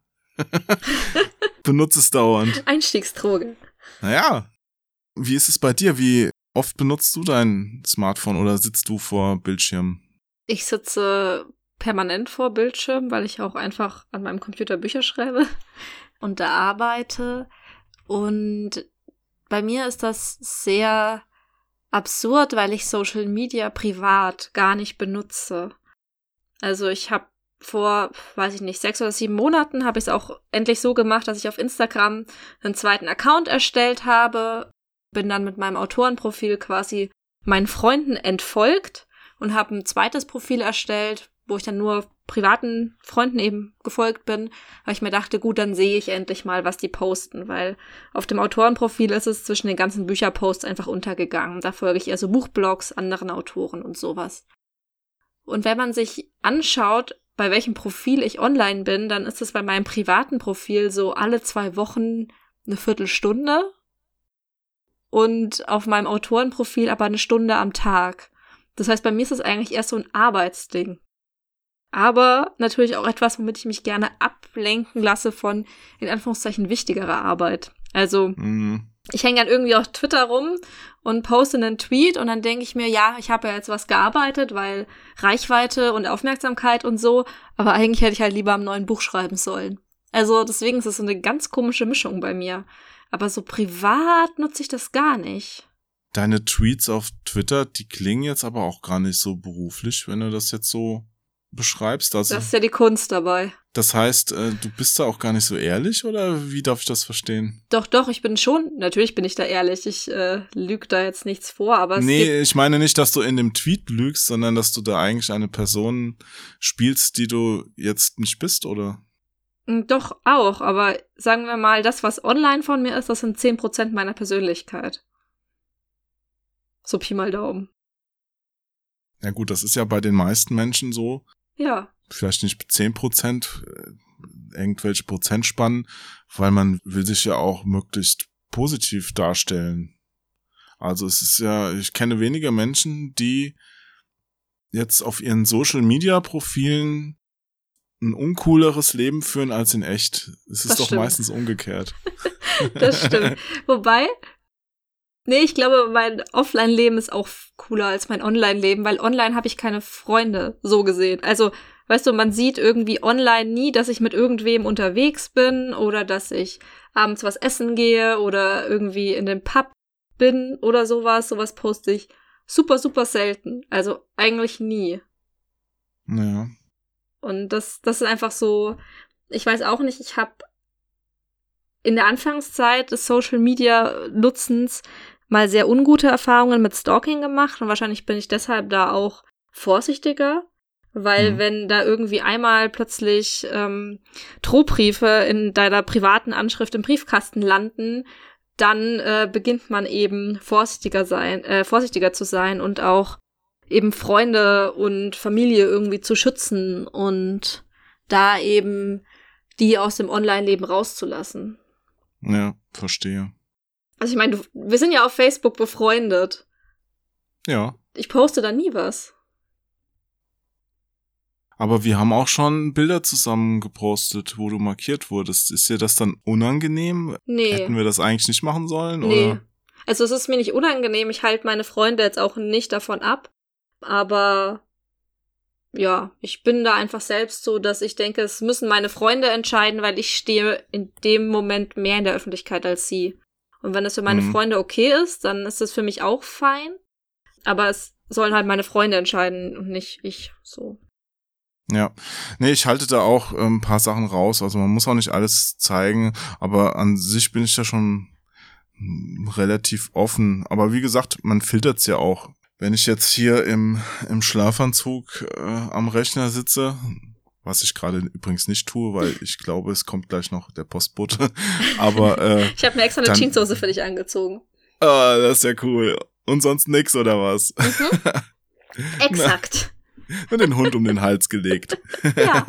benutze es dauernd. Einstiegsdroge. Naja, wie ist es bei dir? Wie oft benutzt du dein Smartphone oder sitzt du vor Bildschirm? Ich sitze permanent vor Bildschirm, weil ich auch einfach an meinem Computer Bücher schreibe und da arbeite. Und bei mir ist das sehr absurd, weil ich Social Media privat gar nicht benutze. Also ich habe vor, 6 oder 7 Monaten habe ich es auch endlich so gemacht, dass ich auf Instagram einen zweiten Account erstellt habe, bin dann mit meinem Autorenprofil quasi meinen Freunden entfolgt und habe ein zweites Profil erstellt, wo ich dann nur privaten Freunden eben gefolgt bin, weil ich mir dachte, gut, dann sehe ich endlich mal, was die posten, weil auf dem Autorenprofil ist es zwischen den ganzen Bücherposts einfach untergegangen. Da folge ich eher so Buchblogs, anderen Autoren und sowas. Und wenn man sich anschaut, bei welchem Profil ich online bin, dann ist es bei meinem privaten Profil so alle 2 Wochen eine Viertelstunde und auf meinem Autorenprofil aber 1 Stunde am Tag. Das heißt, bei mir ist es eigentlich erst so ein Arbeitsding. Aber natürlich auch etwas, womit ich mich gerne ablenken lasse von, in Anführungszeichen, wichtigerer Arbeit. Also, Ich hänge dann irgendwie auf Twitter rum und poste einen Tweet und dann denke ich mir, ja, ich habe ja jetzt was gearbeitet, weil Reichweite und Aufmerksamkeit und so, aber eigentlich hätte ich halt lieber am neuen Buch schreiben sollen. Also deswegen ist es so eine ganz komische Mischung bei mir. Aber so privat nutze ich das gar nicht. Deine Tweets auf Twitter, die klingen jetzt aber auch gar nicht so beruflich, wenn du das jetzt so beschreibst. Also, das ist ja die Kunst dabei. Das heißt, du bist da auch gar nicht so ehrlich, oder wie darf ich das verstehen? Doch, natürlich bin ich da ehrlich. Ich lüge da jetzt nichts vor, aber ich meine nicht, dass du in dem Tweet lügst, sondern dass du da eigentlich eine Person spielst, die du jetzt nicht bist, oder? Doch, auch, aber sagen wir mal, das, was online von mir ist, das sind 10% meiner Persönlichkeit. So Pi mal Daumen. Ja gut, das ist ja bei den meisten Menschen so. Ja. Vielleicht nicht 10%, irgendwelche Prozentspannen, weil man will sich ja auch möglichst positiv darstellen. Also es ist ja, ich kenne wenige Menschen, die jetzt auf ihren Social-Media-Profilen ein uncooleres Leben führen als in echt. Es ist doch meistens umgekehrt. Das stimmt. Wobei, ich glaube, mein Offline-Leben ist auch cooler als mein Online-Leben, weil online habe ich keine Freunde, so gesehen. Also, weißt du, man sieht irgendwie online nie, dass ich mit irgendwem unterwegs bin oder dass ich abends was essen gehe oder irgendwie in den Pub bin oder sowas. Sowas poste ich super, super selten. Also eigentlich nie. Ja. Und das ist einfach so, ich weiß auch nicht, ich habe in der Anfangszeit des Social-Media-Nutzens mal sehr ungute Erfahrungen mit Stalking gemacht und wahrscheinlich bin ich deshalb da auch vorsichtiger, weil wenn da irgendwie einmal plötzlich Drohbriefe in deiner privaten Anschrift im Briefkasten landen, dann beginnt man eben vorsichtiger zu sein und auch eben Freunde und Familie irgendwie zu schützen und da eben die aus dem Online-Leben rauszulassen. Ja, verstehe. Also ich meine, wir sind ja auf Facebook befreundet. Ja. Ich poste da nie was. Aber wir haben auch schon Bilder zusammen gepostet, wo du markiert wurdest. Ist dir das dann unangenehm? Nee. Hätten wir das eigentlich nicht machen sollen? Nee. Oder? Also es ist mir nicht unangenehm. Ich halte meine Freunde jetzt auch nicht davon ab. Aber ja, ich bin da einfach selbst so, dass ich denke, es müssen meine Freunde entscheiden, weil ich stehe in dem Moment mehr in der Öffentlichkeit als sie. Und wenn es für meine Freunde okay ist, dann ist es für mich auch fein. Aber es sollen halt meine Freunde entscheiden und nicht ich so. Ja, nee, ich halte da auch ein paar Sachen raus. Also man muss auch nicht alles zeigen, aber an sich bin ich da schon relativ offen. Aber wie gesagt, man filtert's ja auch. Wenn ich jetzt hier im Schlafanzug am Rechner sitze, was ich gerade übrigens nicht tue, weil ich glaube, es kommt gleich noch der Postbote. Aber ich habe mir extra eine Jeanshose für dich angezogen. Ah, das ist ja cool. Und sonst nix, oder was? Exakt. Und den Hund um den Hals gelegt. Ja.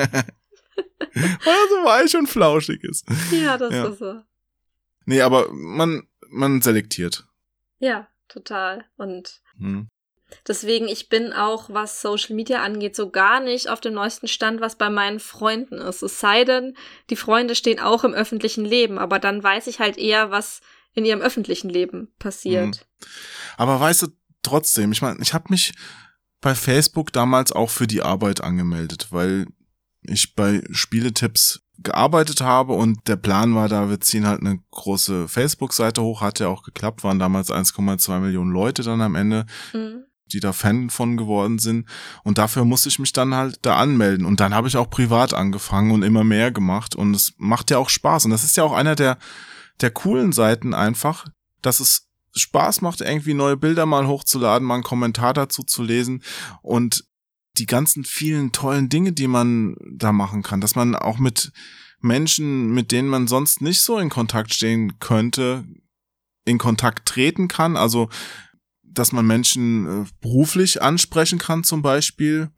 Weil er so weich und flauschig ist. Ja, das ist so. Nee, aber man selektiert. Ja, total. Und deswegen, ich bin auch, was Social Media angeht, so gar nicht auf dem neuesten Stand, was bei meinen Freunden ist. Es sei denn, die Freunde stehen auch im öffentlichen Leben, aber dann weiß ich halt eher, was in ihrem öffentlichen Leben passiert. Aber weißt du, trotzdem, ich meine, ich habe mich bei Facebook damals auch für die Arbeit angemeldet, weil ich bei Spieletipps gearbeitet habe und der Plan war da, wir ziehen halt eine große Facebook-Seite hoch, hat ja auch geklappt, waren damals 1,2 Millionen Leute dann am Ende, die da Fan von geworden sind und dafür musste ich mich dann halt da anmelden und dann habe ich auch privat angefangen und immer mehr gemacht und es macht ja auch Spaß und das ist ja auch einer der coolen Seiten einfach, dass es Spaß macht, irgendwie neue Bilder mal hochzuladen, mal einen Kommentar dazu zu lesen und die ganzen vielen tollen Dinge, die man da machen kann, dass man auch mit Menschen, mit denen man sonst nicht so in Kontakt stehen könnte, in Kontakt treten kann, also dass man Menschen beruflich ansprechen kann zum Beispiel.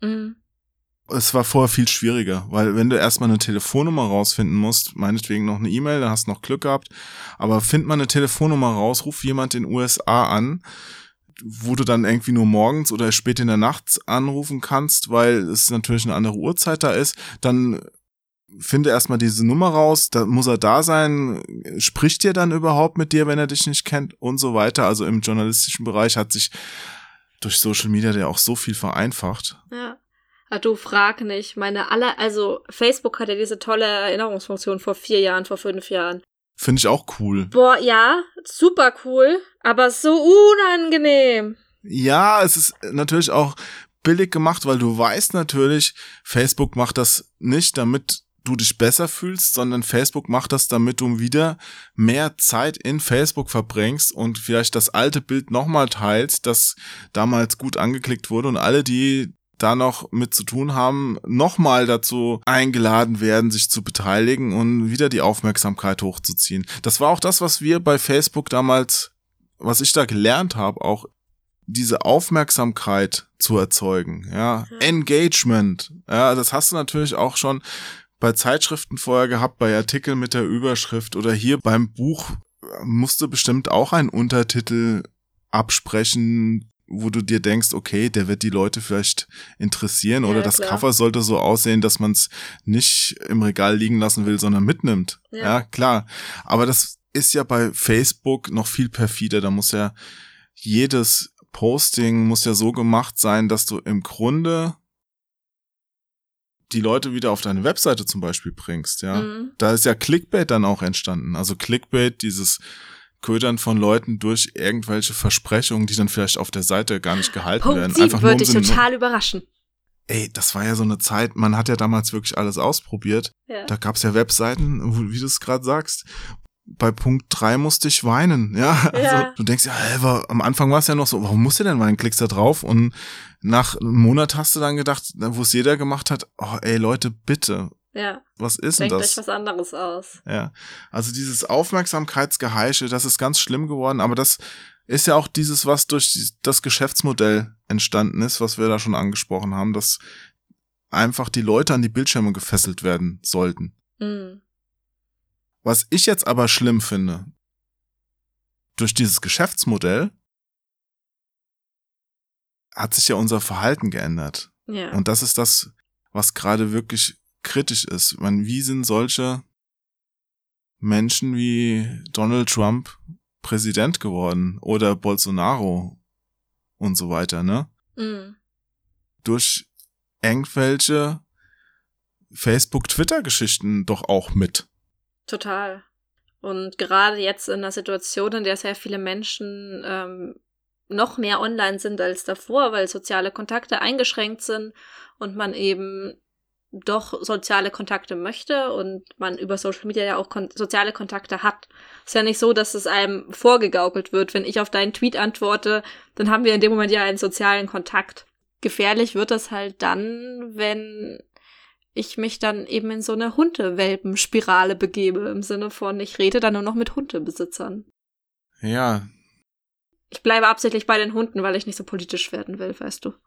Es war vorher viel schwieriger, weil wenn du erstmal eine Telefonnummer rausfinden musst, meinetwegen noch eine E-Mail, dann hast du noch Glück gehabt, aber find mal eine Telefonnummer raus, ruf jemand in den USA an, wo du dann irgendwie nur morgens oder spät in der Nacht anrufen kannst, weil es natürlich eine andere Uhrzeit da ist, dann finde erstmal diese Nummer raus, da muss er da sein, spricht der dann überhaupt mit dir, wenn er dich nicht kennt und so weiter. Also im journalistischen Bereich hat sich durch Social Media ja auch so viel vereinfacht. Ja. Du frag nicht. Also Facebook hat ja diese tolle Erinnerungsfunktion vor 4 Jahren, vor 5 Jahren. Finde ich auch cool. Boah, ja, super cool, aber so unangenehm. Ja, es ist natürlich auch ein billig gemacht, weil du weißt natürlich, Facebook macht das nicht, damit du dich besser fühlst, sondern Facebook macht das, damit du wieder mehr Zeit in Facebook verbringst und vielleicht das alte Bild nochmal teilst, das damals gut angeklickt wurde und alle, die da noch mit zu tun haben, nochmal dazu eingeladen werden, sich zu beteiligen und wieder die Aufmerksamkeit hochzuziehen. Das war auch das, was wir bei Facebook damals, was ich da gelernt habe, auch diese Aufmerksamkeit zu erzeugen, ja, Engagement, ja, das hast du natürlich auch schon bei Zeitschriften vorher gehabt, bei Artikeln mit der Überschrift oder hier beim Buch musst du bestimmt auch einen Untertitel absprechen, wo du dir denkst, okay, der wird die Leute vielleicht interessieren oder das klar. Cover sollte so aussehen, dass man es nicht im Regal liegen lassen will, sondern mitnimmt. Ja, klar. Aber das ist ja bei Facebook noch viel perfider. Da muss ja jedes Posting muss ja so gemacht sein, dass du im Grunde die Leute wieder auf deine Webseite zum Beispiel bringst, ja. Da ist ja Clickbait dann auch entstanden. Also Clickbait, dieses Ködern von Leuten durch irgendwelche Versprechungen, die dann vielleicht auf der Seite gar nicht gehalten werden. Punkt 7 würde dich total überraschen. Ey, das war ja so eine Zeit, man hat ja damals wirklich alles ausprobiert. Ja. Da gab's ja Webseiten, wie du es gerade sagst. Bei Punkt 3 musste ich weinen, ja. Also du denkst ja, am Anfang war es ja noch so, warum musst du denn weinen? Klickst da drauf und nach einem Monat hast du dann gedacht, wo es jeder gemacht hat, oh ey Leute, bitte. Ja. Was ist denn das? Denkt euch was anderes aus. Ja. Also dieses Aufmerksamkeitsgeheische, das ist ganz schlimm geworden, aber das ist ja auch dieses, was durch das Geschäftsmodell entstanden ist, was wir da schon angesprochen haben, dass einfach die Leute an die Bildschirme gefesselt werden sollten. Was ich jetzt aber schlimm finde, durch dieses Geschäftsmodell hat sich ja unser Verhalten geändert. Ja. Und das ist das, was gerade wirklich kritisch ist. Ich meine, wie sind solche Menschen wie Donald Trump Präsident geworden oder Bolsonaro und so weiter, ne? Durch irgendwelche Facebook-Twitter-Geschichten doch auch mit. Total. Und gerade jetzt in einer Situation, in der sehr viele Menschen noch mehr online sind als davor, weil soziale Kontakte eingeschränkt sind und man eben doch soziale Kontakte möchte und man über Social Media ja auch soziale Kontakte hat. Ist ja nicht so, dass es einem vorgegaukelt wird. Wenn ich auf deinen Tweet antworte, dann haben wir in dem Moment ja einen sozialen Kontakt. Gefährlich wird das halt dann, wenn ich mich dann eben in so eine Hundewelpenspirale begebe, im Sinne von, ich rede dann nur noch mit Hundebesitzern. Ja. Ich bleibe absichtlich bei den Hunden, weil ich nicht so politisch werden will, weißt du.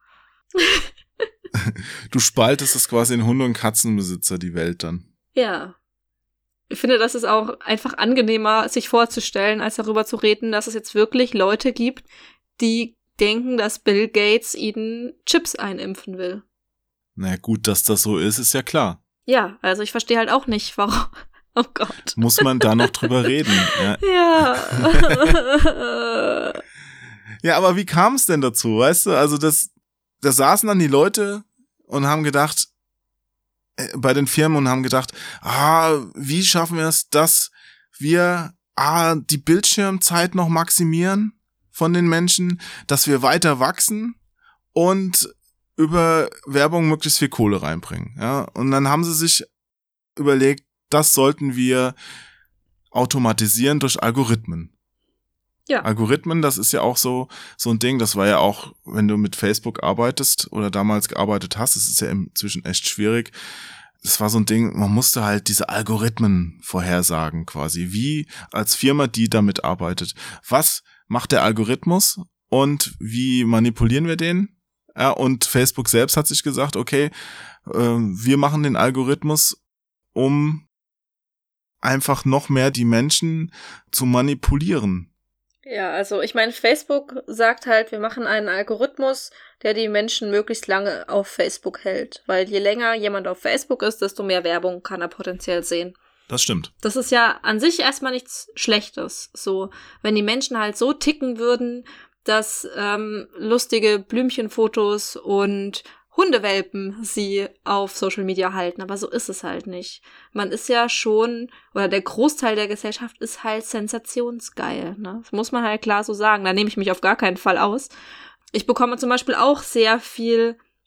Du spaltest es quasi in Hunde- und Katzenbesitzer, die Welt dann. Ja. Ich finde, das ist auch einfach angenehmer, sich vorzustellen, als darüber zu reden, dass es jetzt wirklich Leute gibt, die denken, dass Bill Gates ihnen Chips einimpfen will. Na gut, dass das so ist ja klar. Ja, also ich verstehe halt auch nicht, warum. Oh Gott. Muss man da noch drüber reden? Ja. Ja, aber wie kam es denn dazu, weißt du? Also da saßen dann die Leute und haben gedacht, bei den Firmen und haben gedacht, wie schaffen wir es, dass wir die Bildschirmzeit noch maximieren von den Menschen, dass wir weiter wachsen und über Werbung möglichst viel Kohle reinbringen. Ja? Und dann haben sie sich überlegt, das sollten wir automatisieren durch Algorithmen. Ja. Algorithmen, das ist ja auch so ein Ding, das war ja auch, wenn du mit Facebook arbeitest oder damals gearbeitet hast, das ist ja inzwischen echt schwierig. Das war so ein Ding, man musste halt diese Algorithmen vorhersagen quasi, wie als Firma, die damit arbeitet. Was macht der Algorithmus und wie manipulieren wir den? Ja, und Facebook selbst hat sich gesagt, okay, wir machen den Algorithmus, um einfach noch mehr die Menschen zu manipulieren. Ja, also ich meine, Facebook sagt halt, wir machen einen Algorithmus, der die Menschen möglichst lange auf Facebook hält. Weil je länger jemand auf Facebook ist, desto mehr Werbung kann er potenziell sehen. Das stimmt. Das ist ja an sich erstmal nichts Schlechtes. So, wenn die Menschen halt so ticken würden, dass lustige Blümchenfotos und Hundewelpen sie auf Social Media halten, aber so ist es halt nicht. Man ist ja schon, oder der Großteil der Gesellschaft ist halt sensationsgeil, ne? Das muss man halt klar so sagen, da nehme ich mich auf gar keinen Fall aus. Ich bekomme zum Beispiel auch sehr viel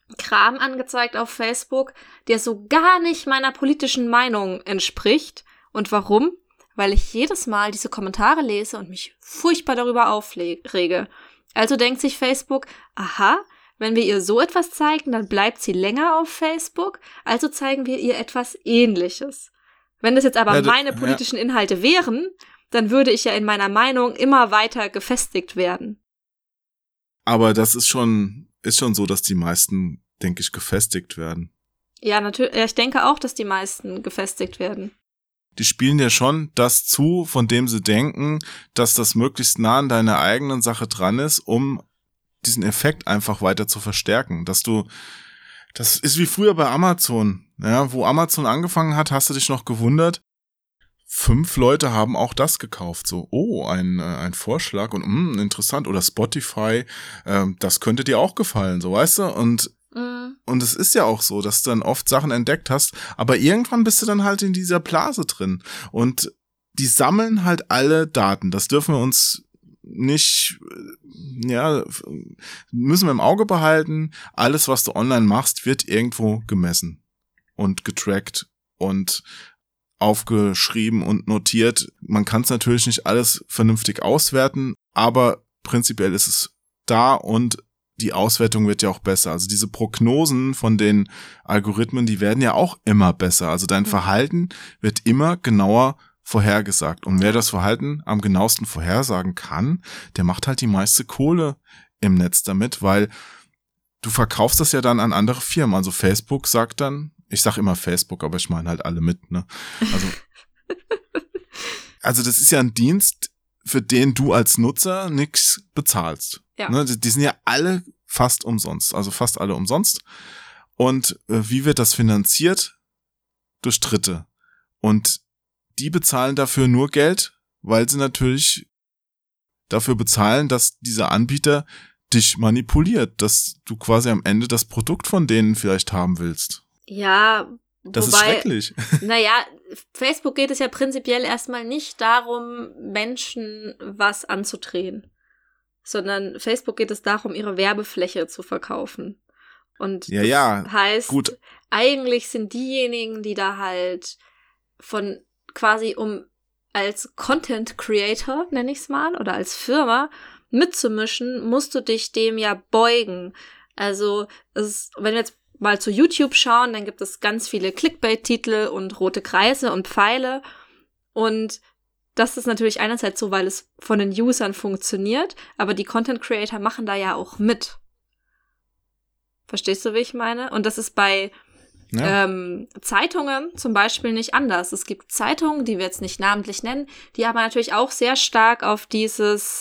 Kram angezeigt auf Facebook, der so gar nicht meiner politischen Meinung entspricht. Und warum? Weil ich jedes Mal diese Kommentare lese und mich furchtbar darüber aufrege. Also denkt sich Facebook, aha, wenn wir ihr so etwas zeigen, dann bleibt sie länger auf Facebook, also zeigen wir ihr etwas Ähnliches. Wenn das jetzt aber meine politischen Inhalte wären, dann würde ich ja in meiner Meinung immer weiter gefestigt werden. Aber das ist schon so, dass die meisten, denke ich, gefestigt werden. Ja, natürlich. Ja, ich denke auch, dass die meisten gefestigt werden. Die spielen ja schon das zu, von dem sie denken, dass das möglichst nah an deiner eigenen Sache dran ist, um diesen Effekt einfach weiter zu verstärken. Das ist wie früher bei Amazon. Ja, wo Amazon angefangen hat, hast du dich noch gewundert, 5 Leute haben auch das gekauft. So, ein Vorschlag und interessant. Oder Spotify, das könnte dir auch gefallen, so, weißt du? Und es ist ja auch so, dass du dann oft Sachen entdeckt hast, aber irgendwann bist du dann halt in dieser Blase drin. Und die sammeln halt alle Daten. Das dürfen wir uns nicht, müssen wir im Auge behalten. Alles, was du online machst, wird irgendwo gemessen und getrackt und aufgeschrieben und notiert. Man kann es natürlich nicht alles vernünftig auswerten, aber prinzipiell ist es da und die Auswertung wird ja auch besser. Also diese Prognosen von den Algorithmen, die werden ja auch immer besser. Also dein Verhalten wird immer genauer vorhergesagt. Und wer das Verhalten am genauesten vorhersagen kann, der macht halt die meiste Kohle im Netz damit, weil du verkaufst das ja dann an andere Firmen. Also Facebook sagt dann, ich sag immer Facebook, aber ich meine halt alle mit, ne? Also das ist ja ein Dienst, für den du als Nutzer nichts bezahlst. Ja. Ne? Die sind ja alle fast umsonst, also fast alle umsonst. Und wie wird das finanziert? Durch Dritte. Und die bezahlen dafür nur Geld, weil sie natürlich dafür bezahlen, dass dieser Anbieter dich manipuliert, dass du quasi am Ende das Produkt von denen vielleicht haben willst. Ja, das ist schrecklich. Naja, Facebook geht es ja prinzipiell erstmal nicht darum, Menschen was anzudrehen, sondern Facebook geht es darum, ihre Werbefläche zu verkaufen. Und das heißt, gut. Eigentlich sind diejenigen, die da halt von quasi als Content Creator, nenne ich es mal, oder als Firma mitzumischen, musst du dich dem ja beugen. Also wenn wir jetzt mal zu YouTube schauen, dann gibt es ganz viele Clickbait-Titel und rote Kreise und Pfeile. Und das ist natürlich einerseits so, weil es von den Usern funktioniert, aber die Content-Creator machen da ja auch mit. Verstehst du, wie ich meine? Und das ist bei Zeitungen zum Beispiel nicht anders. Es gibt Zeitungen, die wir jetzt nicht namentlich nennen, die aber natürlich auch sehr stark auf dieses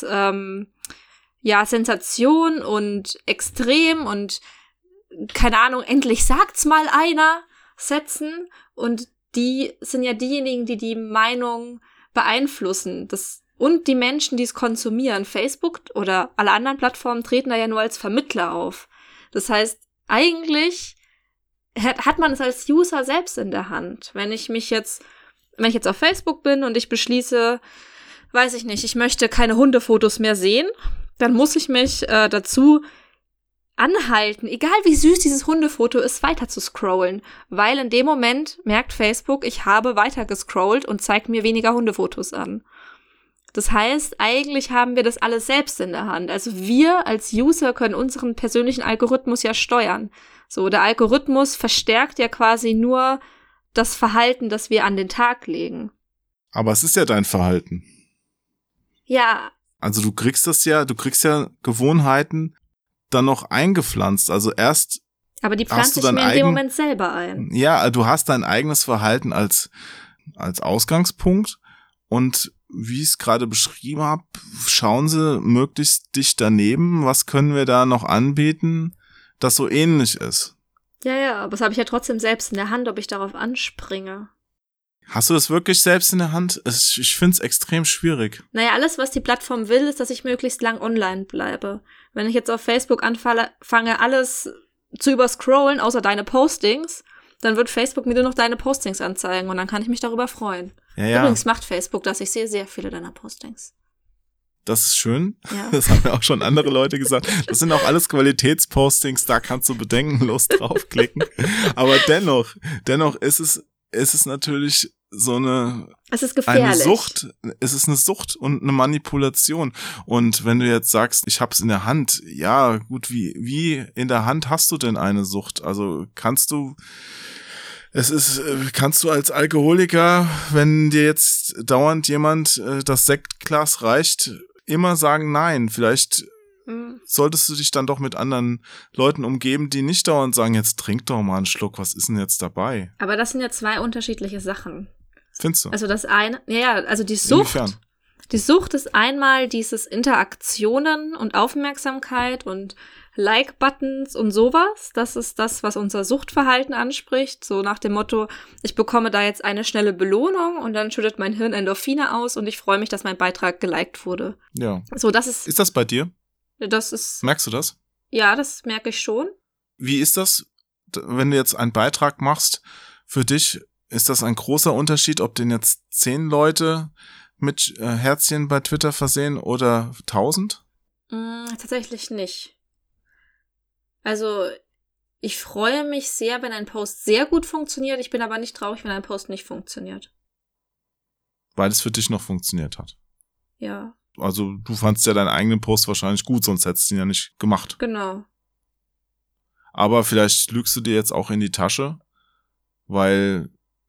Sensation und Extrem und keine Ahnung, endlich sagt's mal einer setzen. Und die sind ja diejenigen, die die Meinung beeinflussen. Und die Menschen, die es konsumieren. Facebook oder alle anderen Plattformen treten da ja nur als Vermittler auf. Das heißt, eigentlich hat man es als User selbst in der Hand. Wenn ich jetzt auf Facebook bin und ich beschließe, weiß ich nicht, ich möchte keine Hundefotos mehr sehen, dann muss ich mich dazu anhalten, egal wie süß dieses Hundefoto ist, weiter zu scrollen, weil in dem Moment merkt Facebook, ich habe weiter gescrollt und zeigt mir weniger Hundefotos an. Das heißt, eigentlich haben wir das alles selbst in der Hand. Also wir als User können unseren persönlichen Algorithmus ja steuern. So, der Algorithmus verstärkt ja quasi nur das Verhalten, das wir an den Tag legen. Aber es ist ja dein Verhalten. Ja. Also du kriegst ja Gewohnheiten dann noch eingepflanzt. Also erst aber die pflanzt sich mir in dem Moment selber ein. Ja, du hast dein eigenes Verhalten als Ausgangspunkt und wie ich es gerade beschrieben habe, schauen sie möglichst dicht daneben, was können wir da noch anbieten, das so ähnlich ist. Ja, aber das habe ich ja trotzdem selbst in der Hand, ob ich darauf anspringe. Hast du das wirklich selbst in der Hand? Ich finde es extrem schwierig. Naja, alles, was die Plattform will, ist, dass ich möglichst lang online bleibe. Wenn ich jetzt auf Facebook fange, alles zu überscrollen, außer deine Postings, dann wird Facebook mir nur noch deine Postings anzeigen und dann kann ich mich darüber freuen. Ja. Übrigens macht Facebook das. Ich sehe sehr viele deiner Postings. Das ist schön. Ja. Das haben ja auch schon andere Leute gesagt. Das sind auch alles Qualitätspostings, da kannst du bedenkenlos draufklicken. Aber dennoch ist es natürlich so es ist gefährlich. eine Sucht. Es ist eine Sucht und eine Manipulation. Und wenn du jetzt sagst, ich hab's in der Hand, ja gut, wie in der Hand hast du denn eine Sucht? Also kannst du als Alkoholiker, wenn dir jetzt dauernd jemand das Sektglas reicht, immer sagen nein. Vielleicht solltest du dich dann doch mit anderen Leuten umgeben, die nicht dauernd sagen, jetzt trink doch mal einen Schluck, was ist denn jetzt dabei? Aber das sind ja zwei unterschiedliche Sachen. Findest du? Also das eine, also die Sucht. Inwiefern? Die Sucht ist einmal dieses Interaktionen und Aufmerksamkeit und Like-Buttons und sowas. Das ist das, was unser Suchtverhalten anspricht. So nach dem Motto, ich bekomme da jetzt eine schnelle Belohnung und dann schüttet mein Hirn Endorphine aus und ich freue mich, dass mein Beitrag geliked wurde. Ja. So, das ist. Ist das bei dir? Das ist. Merkst du das? Ja, das merke ich schon. Wie ist das, wenn du jetzt einen Beitrag machst für dich? Ist das ein großer Unterschied, ob den jetzt 10 Leute mit Herzchen bei Twitter versehen oder 1000? Tatsächlich nicht. Also, ich freue mich sehr, wenn ein Post sehr gut funktioniert. Ich bin aber nicht traurig, wenn ein Post nicht funktioniert. Weil es für dich noch funktioniert hat. Ja. Also, du fandst ja deinen eigenen Post wahrscheinlich gut, sonst hättest du ihn ja nicht gemacht. Genau. Aber vielleicht lügst du dir jetzt auch in die Tasche, weil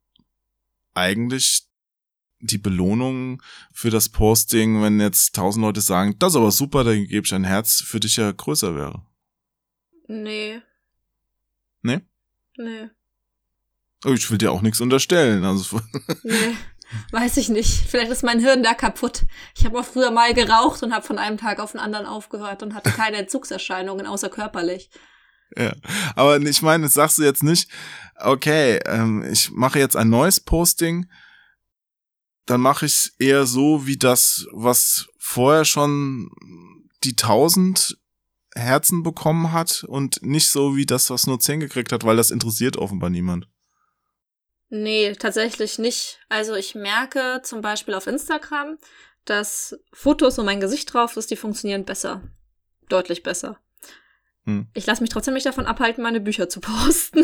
eigentlich die Belohnung für das Posting, wenn jetzt 1000 Leute sagen, das ist aber super, dann gebe ich ein Herz, für dich ja größer wäre. Nee. Nee? Nee. Oh, ich will dir auch nichts unterstellen. Also Nee, weiß ich nicht. Vielleicht ist mein Hirn da kaputt. Ich habe auch früher mal geraucht und habe von einem Tag auf den anderen aufgehört und hatte keine Entzugserscheinungen, außer körperlich. Ja, aber ich meine, das sagst du jetzt nicht, okay, ich mache jetzt ein neues Posting, dann mache ich es eher so wie das, was vorher schon die 1000 Herzen bekommen hat und nicht so wie das, was nur 10 gekriegt hat, weil das interessiert offenbar niemand. Nee, tatsächlich nicht. Also ich merke zum Beispiel auf Instagram, dass Fotos, wo mein Gesicht drauf ist, die funktionieren besser. Deutlich besser. Ich lasse mich trotzdem nicht davon abhalten, meine Bücher zu posten.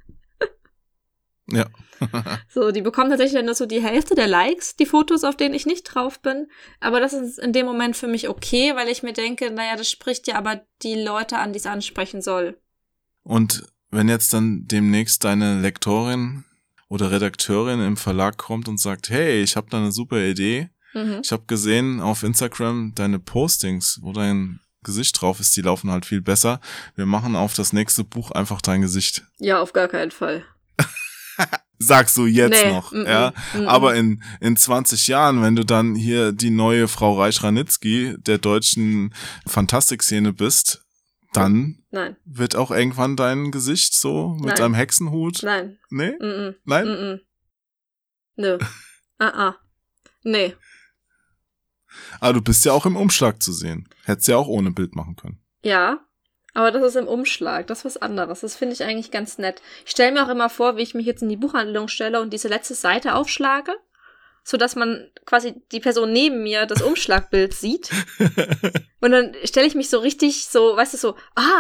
Ja. So, die bekommen tatsächlich nur so die Hälfte der Likes, die Fotos, auf denen ich nicht drauf bin. Aber das ist in dem Moment für mich okay, weil ich mir denke, naja, das spricht ja aber die Leute an, die es ansprechen soll. Und wenn jetzt dann demnächst deine Lektorin oder Redakteurin im Verlag kommt und sagt, hey, ich habe da eine super Idee. Ich habe gesehen auf Instagram deine Postings, wo dein Gesicht drauf ist, die laufen halt viel besser. Wir machen auf das nächste Buch einfach dein Gesicht. Ja, auf gar keinen Fall. Sagst du jetzt noch, ja. Aber in 20 Jahren, wenn du dann hier die neue Frau Reich-Ranitzky der deutschen Fantastikszene bist, dann wird auch irgendwann dein Gesicht so mit einem Hexenhut. Nein. Nee? Nein? Nö. Nee. Aber du bist ja auch im Umschlag zu sehen. Hättest ja auch ohne Bild machen können. Ja, aber das ist im Umschlag. Das ist was anderes. Das finde ich eigentlich ganz nett. Ich stelle mir auch immer vor, wie ich mich jetzt in die Buchhandlung stelle und diese letzte Seite aufschlage, sodass man quasi die Person neben mir das Umschlagbild sieht. Und dann stelle ich mich so richtig so, weißt du, so,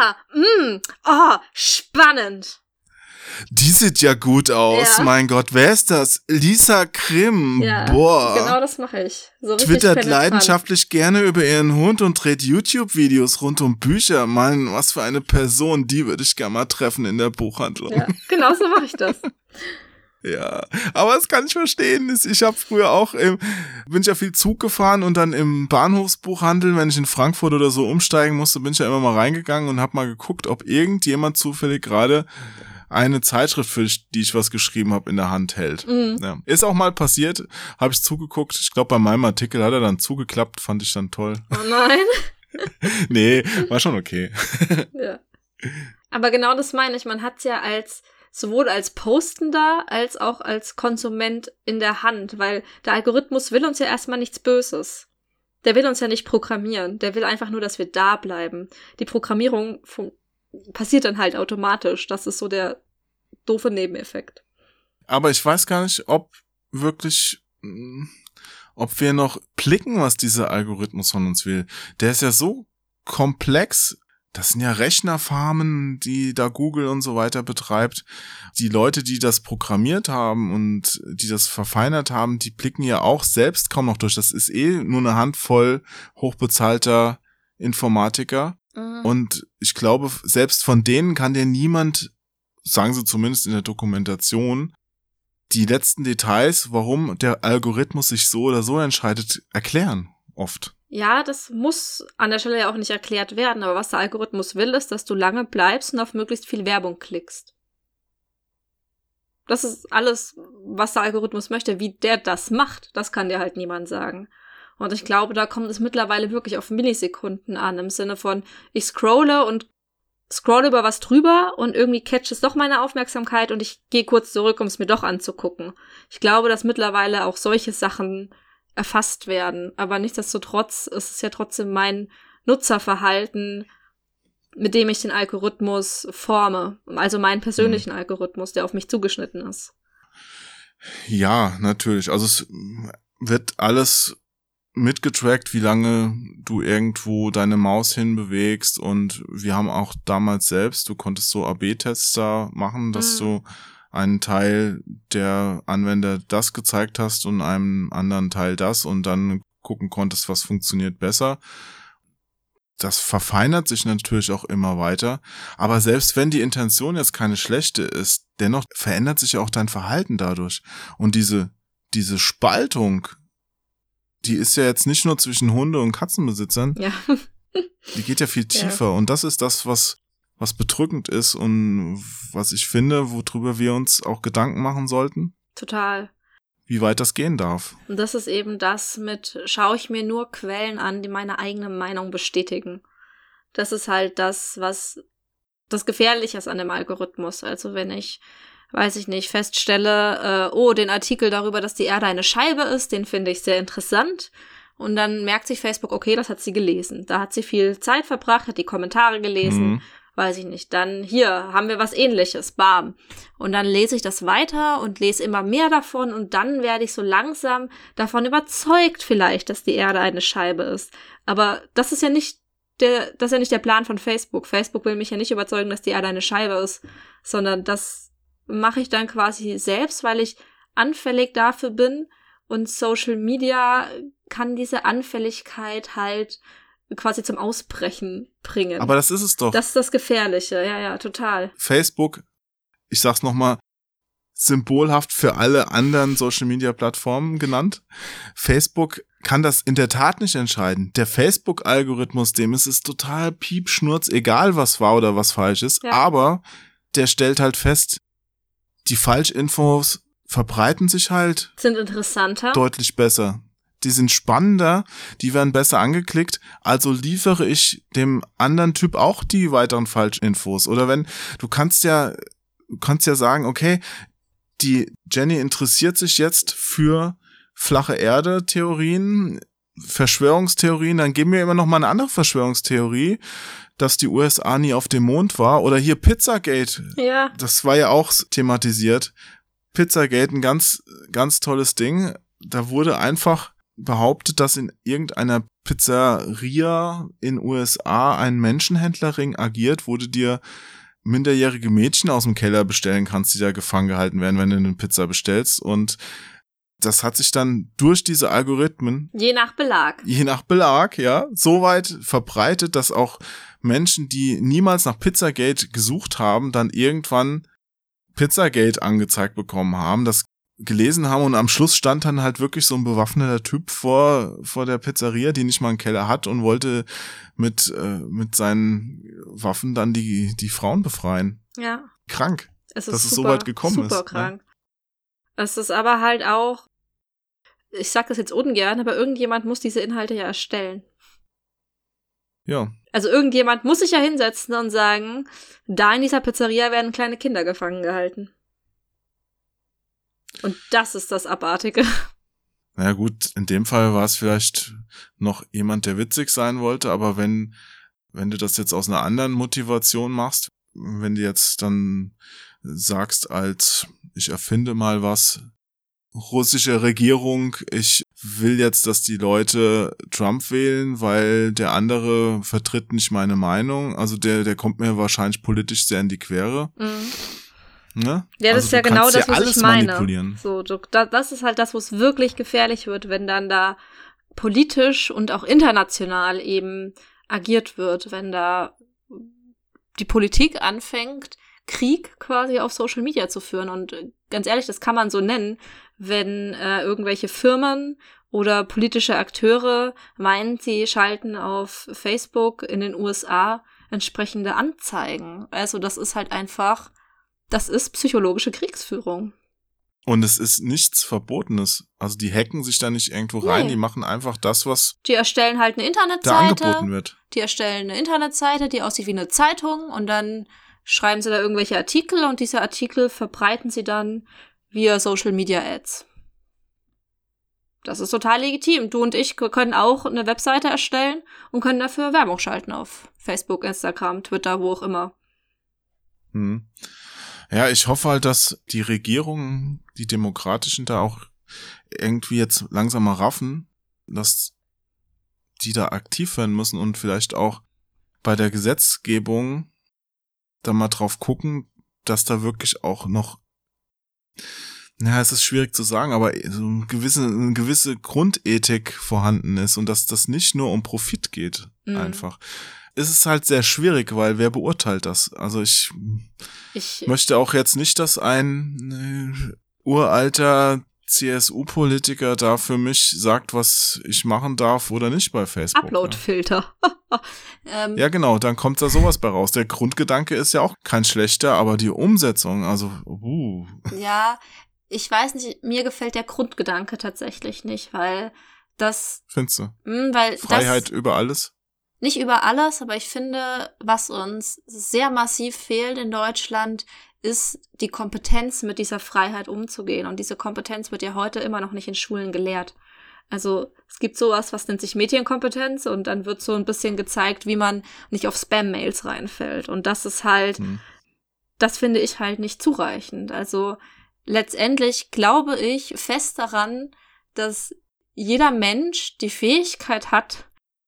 spannend. Die sieht ja gut aus, mein Gott, wer ist das? Lisa Krim, boah. Genau das mache ich. So twittert penetrant. Leidenschaftlich gerne über ihren Hund und dreht YouTube-Videos rund um Bücher. Mann, was für eine Person, die würde ich gerne mal treffen in der Buchhandlung. Ja, genau so mache ich das. Ja, aber das kann ich verstehen. Ich habe früher auch, bin ich ja viel Zug gefahren und dann im Bahnhofsbuchhandel, wenn ich in Frankfurt oder so umsteigen musste, bin ich ja immer mal reingegangen und habe mal geguckt, ob irgendjemand zufällig gerade eine Zeitschrift, für die ich was geschrieben habe, in der Hand hält. Ja. Ist auch mal passiert, habe ich zugeguckt. Ich glaube, bei meinem Artikel hat er dann zugeklappt, fand ich dann toll. Oh nein. Nee, war schon okay. Ja. Aber genau das meine ich. Man hat es ja sowohl als Postender als auch als Konsument in der Hand, weil der Algorithmus will uns ja erstmal nichts Böses. Der will uns ja nicht programmieren. Der will einfach nur, dass wir da bleiben. Die Programmierung passiert dann halt automatisch. Das ist so der doofe Nebeneffekt. Aber ich weiß gar nicht, ob wirklich ob wir noch blicken, was dieser Algorithmus von uns will. Der ist ja so komplex. Das sind ja Rechnerfarmen, die da Google und so weiter betreibt. Die Leute, die das programmiert haben und die das verfeinert haben, die blicken ja auch selbst kaum noch durch. Das ist nur eine Handvoll hochbezahlter Informatiker. Und ich glaube, selbst von denen kann dir niemand, sagen sie zumindest in der Dokumentation, die letzten Details, warum der Algorithmus sich so oder so entscheidet, erklären. Oft. Ja, das muss an der Stelle ja auch nicht erklärt werden, aber was der Algorithmus will, ist, dass du lange bleibst und auf möglichst viel Werbung klickst. Das ist alles, was der Algorithmus möchte. Wie der das macht, das kann dir halt niemand sagen. Und ich glaube, da kommt es mittlerweile wirklich auf Millisekunden an, im Sinne von, ich scrolle über was drüber und irgendwie catcht es doch meine Aufmerksamkeit und ich gehe kurz zurück, um es mir doch anzugucken. Ich glaube, dass mittlerweile auch solche Sachen erfasst werden. Aber nichtsdestotrotz ist es ja trotzdem mein Nutzerverhalten, mit dem ich den Algorithmus forme. Also meinen persönlichen Algorithmus, der auf mich zugeschnitten ist. Ja, natürlich. Also es wird alles mitgetrackt, wie lange du irgendwo deine Maus hinbewegst, und wir haben auch damals selbst, du konntest so AB-Tests da machen, dass du einen Teil der Anwender das gezeigt hast und einem anderen Teil das und dann gucken konntest, was funktioniert besser. Das verfeinert sich natürlich auch immer weiter, aber selbst wenn die Intention jetzt keine schlechte ist, dennoch verändert sich ja auch dein Verhalten dadurch. Und diese Spaltung, die ist ja jetzt nicht nur zwischen Hunde- und Katzenbesitzern, ja. Die geht ja viel tiefer, und das ist das, was bedrückend ist und was ich finde, worüber wir uns auch Gedanken machen sollten. Total. Wie weit das gehen darf. Und das ist eben das mit, schaue ich mir nur Quellen an, die meine eigene Meinung bestätigen. Das ist halt das, was das Gefährliche ist an dem Algorithmus. Also wenn ich, weiß ich nicht, feststelle, den Artikel darüber, dass die Erde eine Scheibe ist, den finde ich sehr interessant. Und dann merkt sich Facebook, okay, das hat sie gelesen. Da hat sie viel Zeit verbracht, hat die Kommentare gelesen, weiß ich nicht. Dann hier haben wir was Ähnliches, bam. Und dann lese ich das weiter und lese immer mehr davon und dann werde ich so langsam davon überzeugt vielleicht, dass die Erde eine Scheibe ist. Aber das ist ja nicht der Plan von Facebook. Facebook will mich ja nicht überzeugen, dass die Erde eine Scheibe ist, sondern das mache ich dann quasi selbst, weil ich anfällig dafür bin, und Social Media kann diese Anfälligkeit halt quasi zum Ausbrechen bringen. Aber das ist es doch. Das ist das Gefährliche, ja, total. Facebook, ich sag's nochmal, symbolhaft für alle anderen Social-Media-Plattformen genannt. Facebook kann das in der Tat nicht entscheiden. Der Facebook-Algorithmus, dem ist es total piepschnurz, egal was wahr oder was falsch ist, aber der stellt halt fest, die Falschinfos verbreiten sich halt. Sind interessanter. Deutlich besser. Die sind spannender, die werden besser angeklickt, also liefere ich dem anderen Typ auch die weiteren Falschinfos. Oder du kannst ja sagen, okay, die Jenny interessiert sich jetzt für flache Erde-Theorien, Verschwörungstheorien, dann geben wir immer noch mal eine andere Verschwörungstheorie, dass die USA nie auf dem Mond war. Oder hier Pizzagate. Ja. Das war ja auch thematisiert. Pizzagate, ein ganz, ganz tolles Ding. Da wurde einfach behauptet, dass in irgendeiner Pizzeria in USA ein Menschenhändlerring agiert, wo du dir minderjährige Mädchen aus dem Keller bestellen kannst, die da gefangen gehalten werden, wenn du eine Pizza bestellst. Und das hat sich dann durch diese Algorithmen Je nach Belag, ja, so weit verbreitet, dass auch Menschen, die niemals nach Pizzagate gesucht haben, dann irgendwann Pizzagate angezeigt bekommen haben, das gelesen haben, und am Schluss stand dann halt wirklich so ein bewaffneter Typ vor der Pizzeria, die nicht mal einen Keller hat, und wollte mit seinen Waffen dann die Frauen befreien. Ja. Krank, dass es so weit gekommen ist. Super krank. Ja. Es ist aber halt auch, ich sag das jetzt ungern, aber irgendjemand muss diese Inhalte ja erstellen. Ja. Also irgendjemand muss sich ja hinsetzen und sagen, da in dieser Pizzeria werden kleine Kinder gefangen gehalten. Und das ist das Abartige. Naja gut, in dem Fall war es vielleicht noch jemand, der witzig sein wollte, aber wenn du das jetzt aus einer anderen Motivation machst, wenn du jetzt dann sagst, als ich erfinde mal was, russische Regierung, ich will jetzt, dass die Leute Trump wählen, weil der andere vertritt nicht meine Meinung. Also der kommt mir wahrscheinlich politisch sehr in die Quere. Ne? Ja, das also ist ja genau das, was ich meine. Manipulieren. So, das ist halt das, wo es wirklich gefährlich wird, wenn dann da politisch und auch international eben agiert wird, wenn da die Politik anfängt, Krieg quasi auf Social Media zu führen. Und ganz ehrlich, das kann man so nennen, wenn irgendwelche Firmen oder politische Akteure meinen, sie schalten auf Facebook in den USA entsprechende Anzeigen. Also das ist halt einfach, das ist psychologische Kriegsführung. Und es ist nichts Verbotenes. Also die hacken sich da nicht irgendwo rein, die machen einfach das, was die erstellen halt eine Internetseite, da angeboten wird. Die erstellen eine Internetseite, die aussieht wie eine Zeitung und dann schreiben sie da irgendwelche Artikel und diese Artikel verbreiten sie dann via Social Media Ads. Das ist total legitim. Du und ich können auch eine Webseite erstellen und können dafür Werbung schalten auf Facebook, Instagram, Twitter, wo auch immer. Ja, ich hoffe halt, dass die Regierungen, die Demokratischen, da auch irgendwie jetzt langsam mal raffen, dass die da aktiv werden müssen und vielleicht auch bei der Gesetzgebung da mal drauf gucken, dass da wirklich auch noch, es ist schwierig zu sagen, aber so eine gewisse Grundethik vorhanden ist und dass das nicht nur um Profit geht, einfach. Es ist halt sehr schwierig, weil wer beurteilt das? Also ich möchte auch jetzt nicht, dass ein uralter CSU-Politiker da für mich sagt, was ich machen darf oder nicht bei Facebook. Upload-Filter. Ja, genau, dann kommt da sowas bei raus. Der Grundgedanke ist ja auch kein schlechter, aber die Umsetzung, also Ja, ich weiß nicht, mir gefällt der Grundgedanke tatsächlich nicht, weil das... Findest du? Weil Freiheit über alles? Nicht über alles, aber ich finde, was uns sehr massiv fehlt in Deutschland, ist die Kompetenz, mit dieser Freiheit umzugehen. Und diese Kompetenz wird ja heute immer noch nicht in Schulen gelehrt. Also es gibt sowas, was nennt sich Medienkompetenz und dann wird so ein bisschen gezeigt, wie man nicht auf Spam-Mails reinfällt. Und das ist halt, das finde ich halt nicht zureichend. Also letztendlich glaube ich fest daran, dass jeder Mensch die Fähigkeit hat,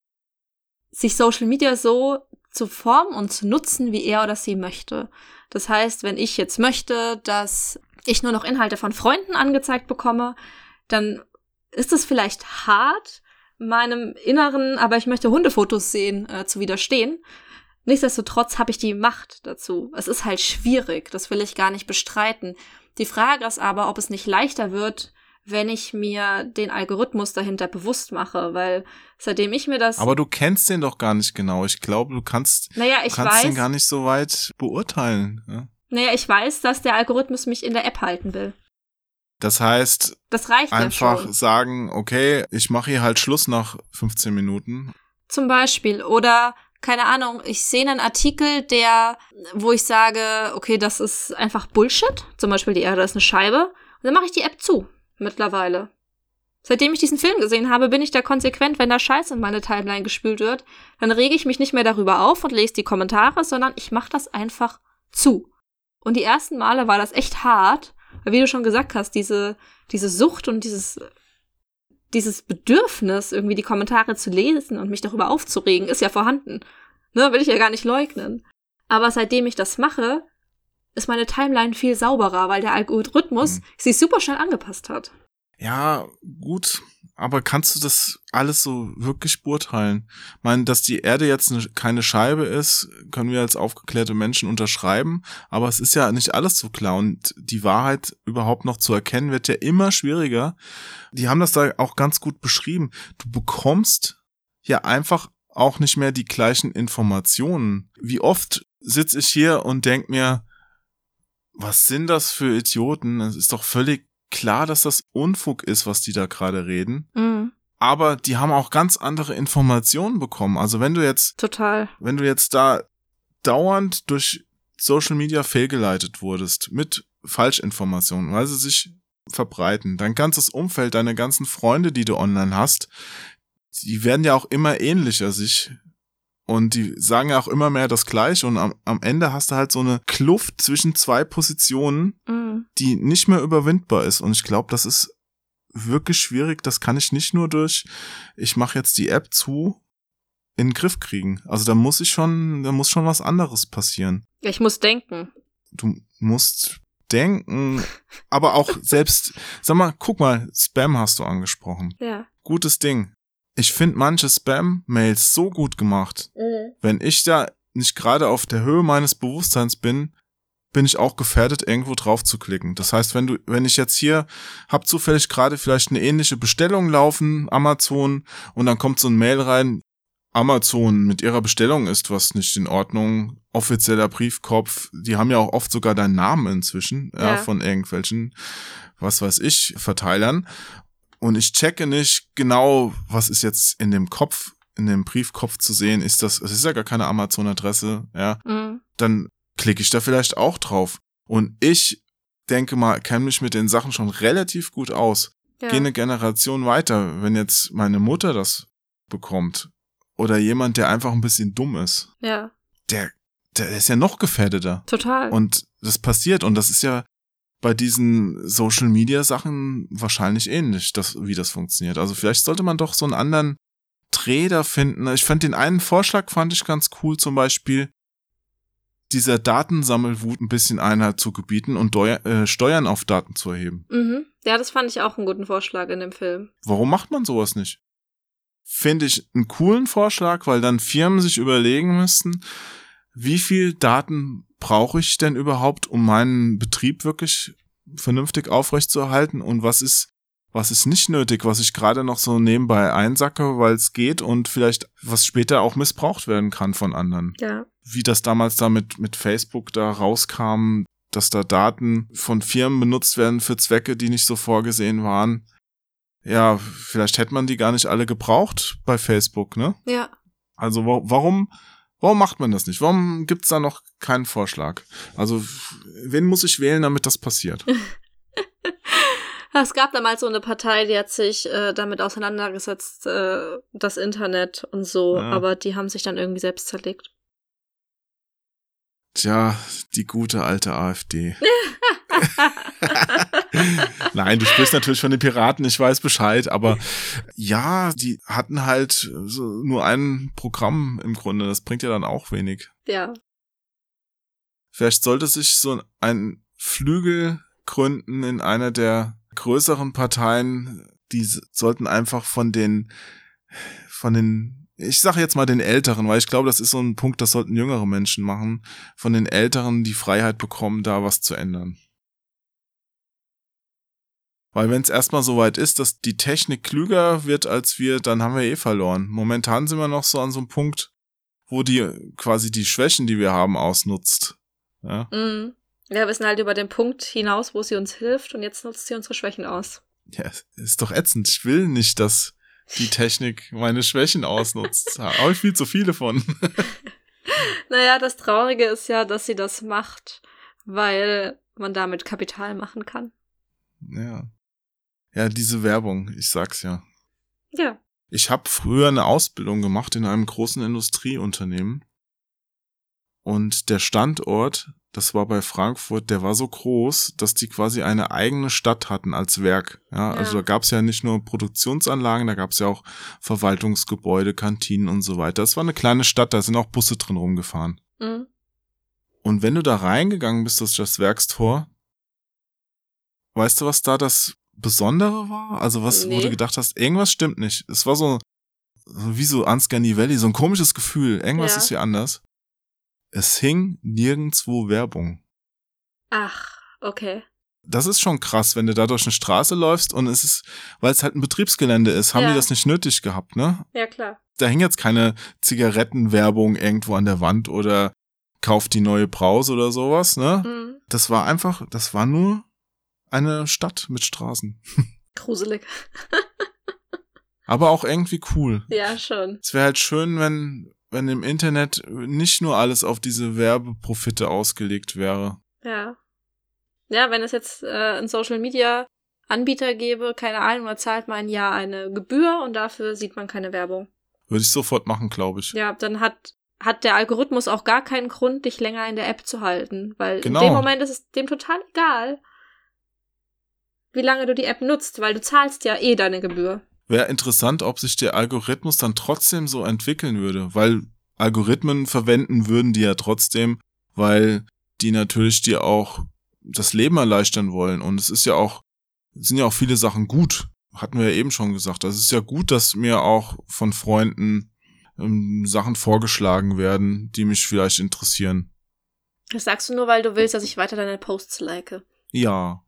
sich Social Media so zu formen und zu nutzen, wie er oder sie möchte. Das heißt, wenn ich jetzt möchte, dass ich nur noch Inhalte von Freunden angezeigt bekomme, dann ist es vielleicht hart, meinem inneren, aber ich möchte Hundefotos sehen, zu widerstehen. Nichtsdestotrotz habe ich die Macht dazu. Es ist halt schwierig, das will ich gar nicht bestreiten. Die Frage ist aber, ob es nicht leichter wird, wenn ich mir den Algorithmus dahinter bewusst mache, weil seitdem ich mir das... Aber du kennst den doch gar nicht genau. Ich glaube, du kannst den gar nicht so weit beurteilen. Ja? Naja, ich weiß, dass der Algorithmus mich in der App halten will. Das heißt, das reicht einfach ja schon. Sagen, okay, ich mache hier halt Schluss nach 15 Minuten. Zum Beispiel. Oder, keine Ahnung, ich sehe einen Artikel, wo ich sage, okay, das ist einfach Bullshit. Zum Beispiel die Erde ist eine Scheibe. Und dann mache ich die App zu. Mittlerweile. Seitdem ich diesen Film gesehen habe, bin ich da konsequent, wenn da Scheiß in meine Timeline gespült wird, dann rege ich mich nicht mehr darüber auf und lese die Kommentare, sondern ich mache das einfach zu. Und die ersten Male war das echt hart, weil wie du schon gesagt hast, diese Sucht und dieses Bedürfnis, irgendwie die Kommentare zu lesen und mich darüber aufzuregen, ist ja vorhanden. Ne, will ich ja gar nicht leugnen. Aber seitdem ich das mache, ist meine Timeline viel sauberer, weil der Algorithmus sich super schnell angepasst hat. Ja, gut, aber kannst du das alles so wirklich beurteilen? Ich meine, dass die Erde jetzt keine Scheibe ist, können wir als aufgeklärte Menschen unterschreiben, aber es ist ja nicht alles so klar und die Wahrheit überhaupt noch zu erkennen wird ja immer schwieriger. Die haben das da auch ganz gut beschrieben. Du bekommst ja einfach auch nicht mehr die gleichen Informationen. Wie oft sitze ich hier und denke mir, was sind das für Idioten? Es ist doch völlig klar, dass das Unfug ist, was die da gerade reden. Aber die haben auch ganz andere Informationen bekommen. Also wenn du jetzt da dauernd durch Social Media fehlgeleitet wurdest mit Falschinformationen, weil sie sich verbreiten, dein ganzes Umfeld, deine ganzen Freunde, die du online hast, die werden ja auch immer ähnlicher sich. Und die sagen ja auch immer mehr das Gleiche und am Ende hast du halt so eine Kluft zwischen zwei Positionen, die nicht mehr überwindbar ist. Und ich glaube, das ist wirklich schwierig. Das kann ich nicht nur durch, ich mache jetzt die App zu, in den Griff kriegen. Also da muss schon was anderes passieren. Ja, ich muss denken. Du musst denken, aber auch selbst, sag mal, guck mal, Spam hast du angesprochen. Ja. Gutes Ding. Ich finde manche Spam-Mails so gut gemacht. Wenn ich da nicht gerade auf der Höhe meines Bewusstseins bin ich auch gefährdet, irgendwo drauf zu klicken. Das heißt, wenn ich jetzt hier hab zufällig gerade vielleicht eine ähnliche Bestellung laufen, Amazon, und dann kommt so ein Mail rein, Amazon mit ihrer Bestellung ist was nicht in Ordnung, offizieller Briefkopf, die haben ja auch oft sogar deinen Namen inzwischen, ja, von irgendwelchen, was weiß ich, Verteilern. Und ich checke nicht genau, was ist jetzt in dem Kopf, in dem Briefkopf zu sehen, es ist ja gar keine Amazon-Adresse, ja, dann klicke ich da vielleicht auch drauf. Und ich denke mal, kenne mich mit den Sachen schon relativ gut aus. Ja. Gehe eine Generation weiter, wenn jetzt meine Mutter das bekommt oder jemand, der einfach ein bisschen dumm ist. Ja. Der ist ja noch gefährdeter. Total. Und das passiert und das ist ja bei diesen Social-Media-Sachen wahrscheinlich ähnlich, wie das funktioniert. Also vielleicht sollte man doch so einen anderen Dreh da finden. Ich fand den einen Vorschlag ganz cool, zum Beispiel dieser Datensammelwut ein bisschen Einhalt zu gebieten und Steuern auf Daten zu erheben. Ja, das fand ich auch einen guten Vorschlag in dem Film. Warum macht man sowas nicht? Finde ich einen coolen Vorschlag, weil dann Firmen sich überlegen müssten, wie viel Daten brauche ich denn überhaupt, um meinen Betrieb wirklich vernünftig aufrechtzuerhalten und was ist nicht nötig, was ich gerade noch so nebenbei einsacke, weil es geht und vielleicht was später auch missbraucht werden kann von anderen. Ja. Wie das damals da mit Facebook da rauskam, dass da Daten von Firmen benutzt werden für Zwecke, die nicht so vorgesehen waren. Ja, vielleicht hätte man die gar nicht alle gebraucht bei Facebook, ne? Ja. Also warum macht man das nicht? Warum gibt's da noch keinen Vorschlag? Also wen muss ich wählen, damit das passiert? Es gab damals so eine Partei, die hat sich damit auseinandergesetzt, das Internet und so, ja. Aber die haben sich dann irgendwie selbst zerlegt. Tja, die gute alte AfD. Nein, du sprichst natürlich von den Piraten, ich weiß Bescheid, aber ja, die hatten halt so nur ein Programm im Grunde, das bringt ja dann auch wenig. Ja. Vielleicht sollte sich so ein Flügel gründen in einer der größeren Parteien, die sollten einfach von den, ich sage jetzt mal den Älteren, weil ich glaube, das ist so ein Punkt, das sollten jüngere Menschen machen, von den Älteren die Freiheit bekommen, da was zu ändern. Weil wenn es erstmal so weit ist, dass die Technik klüger wird als wir, dann haben wir verloren. Momentan sind wir noch so an so einem Punkt, wo die quasi die Schwächen, die wir haben, ausnutzt. Ja, ja, wir sind halt über den Punkt hinaus, wo sie uns hilft und jetzt nutzt sie unsere Schwächen aus. Ja, ist doch ätzend. Ich will nicht, dass die Technik meine Schwächen ausnutzt. Da habe ich viel zu viele von. Naja, das Traurige ist ja, dass sie das macht, weil man damit Kapital machen kann. Ja. Ja, diese Werbung, ich sag's ja. Ja. Ich habe früher eine Ausbildung gemacht in einem großen Industrieunternehmen. Und der Standort, das war bei Frankfurt, der war so groß, dass die quasi eine eigene Stadt hatten als Werk. Ja, also da gab's ja nicht nur Produktionsanlagen, da gab's ja auch Verwaltungsgebäude, Kantinen und so weiter. Das war eine kleine Stadt, da sind auch Busse drin rumgefahren. Und wenn du da reingegangen bist durch das Werkstor, weißt du, was da das Besondere war? Also wo du gedacht hast, irgendwas stimmt nicht. Es war so wie so Uncanny Valley, so ein komisches Gefühl. Irgendwas ist hier anders. Es hing nirgendwo Werbung. Ach, okay. Das ist schon krass, wenn du da durch eine Straße läufst und es ist, weil es halt ein Betriebsgelände ist, haben die das nicht nötig gehabt, ne? Ja, klar. Da hing jetzt keine Zigarettenwerbung irgendwo an der Wand oder kauft die neue Brause oder sowas, ne? Das war nur eine Stadt mit Straßen. Gruselig. Aber auch irgendwie cool. Ja, schon. Es wäre halt schön, wenn im Internet nicht nur alles auf diese Werbeprofite ausgelegt wäre. Ja. Ja, wenn es jetzt einen Social-Media-Anbieter gäbe, keine Ahnung, man zahlt mal ein Jahr eine Gebühr und dafür sieht man keine Werbung. Würde ich sofort machen, glaube ich. Ja, dann hat der Algorithmus auch gar keinen Grund, dich länger in der App zu halten, weil in dem Moment ist es dem total egal, wie lange du die App nutzt, weil du zahlst ja deine Gebühr. Wäre interessant, ob sich der Algorithmus dann trotzdem so entwickeln würde, weil Algorithmen verwenden würden die ja trotzdem, weil die natürlich dir auch das Leben erleichtern wollen. Und es sind ja auch viele Sachen gut. Hatten wir ja eben schon gesagt. Das ist ja gut, dass mir auch von Freunden Sachen vorgeschlagen werden, die mich vielleicht interessieren. Das sagst du nur, weil du willst, dass ich weiter deine Posts like. Ja.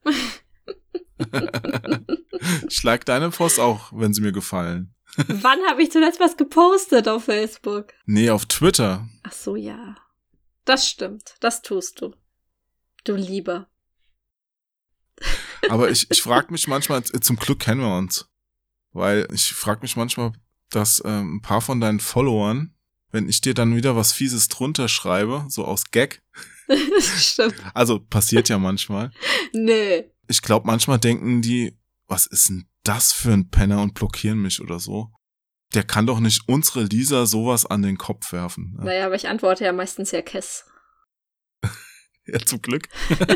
Ich like deine Posts auch, wenn sie mir gefallen. Wann habe ich zuletzt was gepostet auf Facebook? Nee, auf Twitter. Ach so, ja. Das stimmt. Das tust du. Du Lieber. Aber ich frage mich manchmal, zum Glück kennen wir uns, weil ich frage mich manchmal, dass ein paar von deinen Followern, wenn ich dir dann wieder was Fieses drunter schreibe, so aus Gag. Stimmt. Also passiert ja manchmal. Nee. Ich glaube, manchmal denken die, was ist denn das für ein Penner und blockieren mich oder so. Der kann doch nicht unsere Lisa sowas an den Kopf werfen. Ne? Naja, aber ich antworte ja meistens ja Kess. Ja, zum Glück.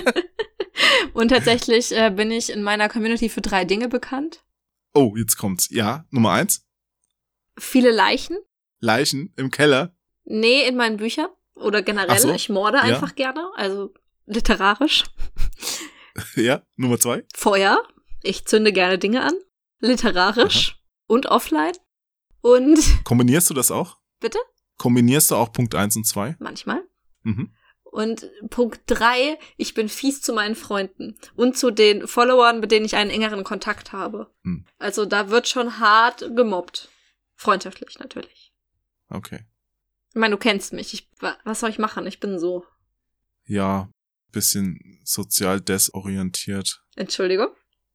Und tatsächlich bin ich in meiner Community für 3 Dinge bekannt. Oh, jetzt kommt's. Ja, Nummer 1. Viele Leichen. Leichen im Keller. Nee, in meinen Büchern. Oder generell, so. ich morde einfach gerne. Also literarisch. Ja, Nummer 2. Feuer. Ich zünde gerne Dinge an. Literarisch. Und offline. Und... Kombinierst du das auch? Bitte? Kombinierst du auch Punkt 1 und 2? Manchmal. Mhm. Und Punkt 3, ich bin fies zu meinen Freunden und zu den Followern, mit denen ich einen engeren Kontakt habe. Also da wird schon hart gemobbt. Freundschaftlich natürlich. Okay. Ich meine, du kennst mich. Was soll ich machen? Ich bin so. Ja, bisschen sozial desorientiert. Entschuldigung?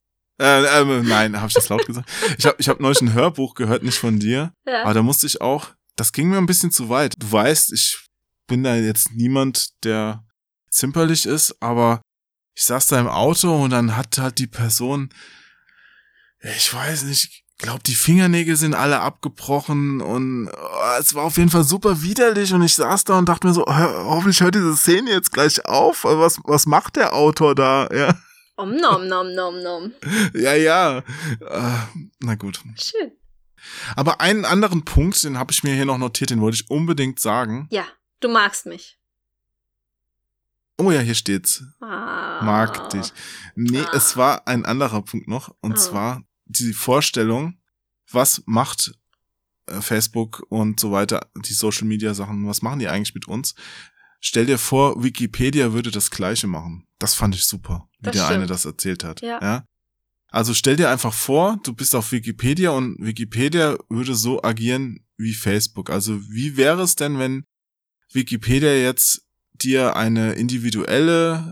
Nein, habe ich das laut gesagt? Ich hab neulich ein Hörbuch gehört, nicht von dir. Ja. Aber da musste ich auch, das ging mir ein bisschen zu weit. Du weißt, ich bin da jetzt niemand, der zimperlich ist, aber ich saß da im Auto und dann hat halt die Person, ich weiß nicht, ich glaube, die Fingernägel sind alle abgebrochen und es war auf jeden Fall super widerlich und ich saß da und dachte mir so, hoffentlich hört diese Szene jetzt gleich auf. Was macht der Autor da? Ja. Nom, nom, nom, nom. Ja. Na gut. Schön. Aber einen anderen Punkt, den habe ich mir hier noch notiert, den wollte ich unbedingt sagen. Ja, du magst mich. Oh ja, hier steht's. Ah. Mag dich. Nee, es war ein anderer Punkt noch. Und zwar die Vorstellung, was macht Facebook und so weiter, die Social-Media-Sachen, was machen die eigentlich mit uns? Stell dir vor, Wikipedia würde das Gleiche machen. Das fand ich super, wie der eine das erzählt hat. Ja. Also stell dir einfach vor, du bist auf Wikipedia und Wikipedia würde so agieren wie Facebook. Also wie wäre es denn, wenn Wikipedia jetzt dir eine individuell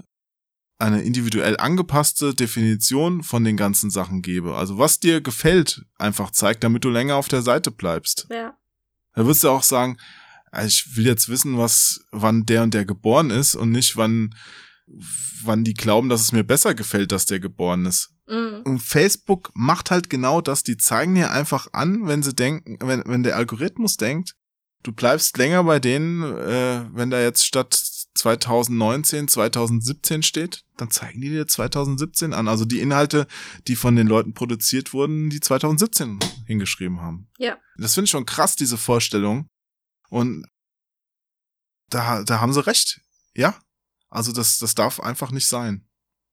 angepasste Definition von den ganzen Sachen gebe? Also was dir gefällt, einfach zeigt, damit du länger auf der Seite bleibst. Ja. Da wirst du auch sagen, ich will jetzt wissen, wann der und der geboren ist und nicht, wann die glauben, dass es mir besser gefällt, dass der geboren ist. Mhm. Und Facebook macht halt genau das. Die zeigen dir einfach an, wenn sie denken, wenn der Algorithmus denkt, du bleibst länger bei denen, wenn da jetzt statt 2019 2017 steht, dann zeigen die dir 2017 an. Also die Inhalte, die von den Leuten produziert wurden, die 2017 hingeschrieben haben. Ja. Das finde ich schon krass, diese Vorstellung. Und da haben sie recht. Ja. Also das darf einfach nicht sein.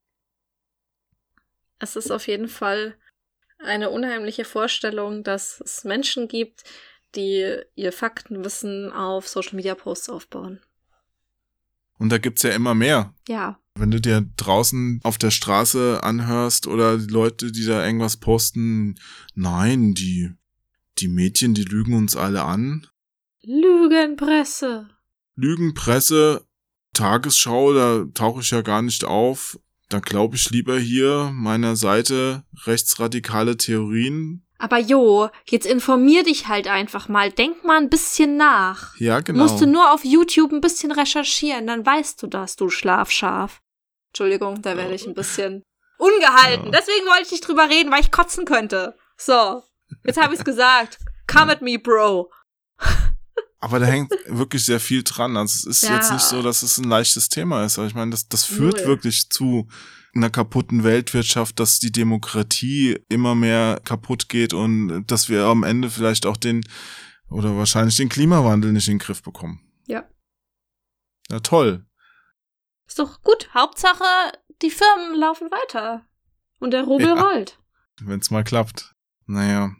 Es ist auf jeden Fall eine unheimliche Vorstellung, dass es Menschen gibt, die ihr Faktenwissen auf Social-Media-Posts aufbauen. Und da gibt's ja immer mehr. Ja. Wenn du dir draußen auf der Straße anhörst oder die Leute, die da irgendwas posten, nein, die Mädchen, die lügen uns alle an. Lügenpresse. Lügenpresse, Tagesschau, da tauche ich ja gar nicht auf. Da glaube ich lieber hier meiner Seite rechtsradikale Theorien. Aber Jo, jetzt informier dich halt einfach mal. Denk mal ein bisschen nach. Ja, genau. Musst du nur auf YouTube ein bisschen recherchieren, dann weißt du das, du Schlafschaf. Entschuldigung, da werde ich ein bisschen ungehalten. Ja. Deswegen wollte ich nicht drüber reden, weil ich kotzen könnte. So, jetzt habe ich's gesagt. Come at me, Bro. Aber da hängt wirklich sehr viel dran. Also es ist jetzt nicht so, dass es ein leichtes Thema ist. Aber ich meine, das führt wirklich zu einer kaputten Weltwirtschaft, dass die Demokratie immer mehr kaputt geht und dass wir am Ende vielleicht auch oder wahrscheinlich den Klimawandel nicht in den Griff bekommen. Ja. Ja, toll. Ist doch gut. Hauptsache, die Firmen laufen weiter. Und der Rubel rollt. Wenn's mal klappt. Naja.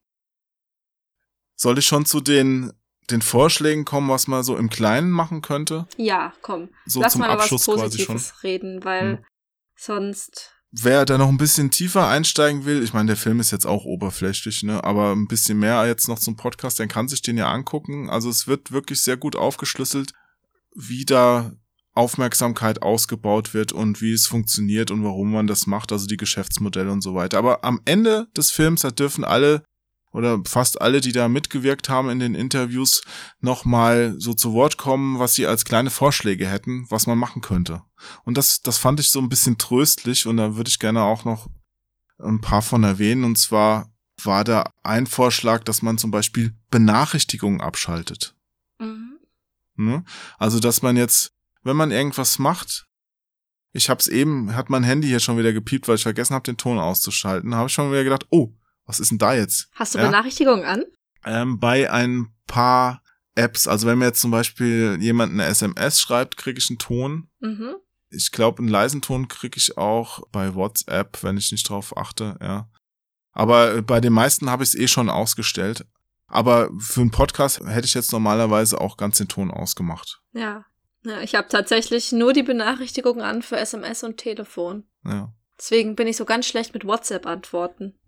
Soll ich schon zu den Vorschlägen kommen, was man so im Kleinen machen könnte? Ja, komm. So Lass zum mal Abschluss was quasi schon. Positives reden, weil sonst... Wer da noch ein bisschen tiefer einsteigen will, ich meine, der Film ist jetzt auch oberflächlich, ne, aber ein bisschen mehr jetzt noch zum Podcast, der kann sich den ja angucken. Also es wird wirklich sehr gut aufgeschlüsselt, wie da Aufmerksamkeit ausgebaut wird und wie es funktioniert und warum man das macht, also die Geschäftsmodelle und so weiter. Aber am Ende des Films, da dürfen alle oder fast alle, die da mitgewirkt haben in den Interviews, nochmal so zu Wort kommen, was sie als kleine Vorschläge hätten, was man machen könnte. Und das fand ich so ein bisschen tröstlich und da würde ich gerne auch noch ein paar von erwähnen. Und zwar war da ein Vorschlag, dass man zum Beispiel Benachrichtigungen abschaltet. Mhm. Ne? Also, dass man jetzt, wenn man irgendwas macht, hat mein Handy hier schon wieder gepiept, weil ich vergessen habe, den Ton auszuschalten, habe ich schon wieder gedacht, oh, was ist denn da jetzt? Hast du Benachrichtigungen an? Bei ein paar Apps, also wenn mir jetzt zum Beispiel jemand eine SMS schreibt, kriege ich einen Ton. Mhm. Ich glaube, einen leisen Ton kriege ich auch bei WhatsApp, wenn ich nicht drauf achte, ja. Aber bei den meisten habe ich es schon ausgestellt. Aber für einen Podcast hätte ich jetzt normalerweise auch ganz den Ton ausgemacht. Ja, ich habe tatsächlich nur die Benachrichtigungen an für SMS und Telefon. Ja. Deswegen bin ich so ganz schlecht mit WhatsApp-Antworten.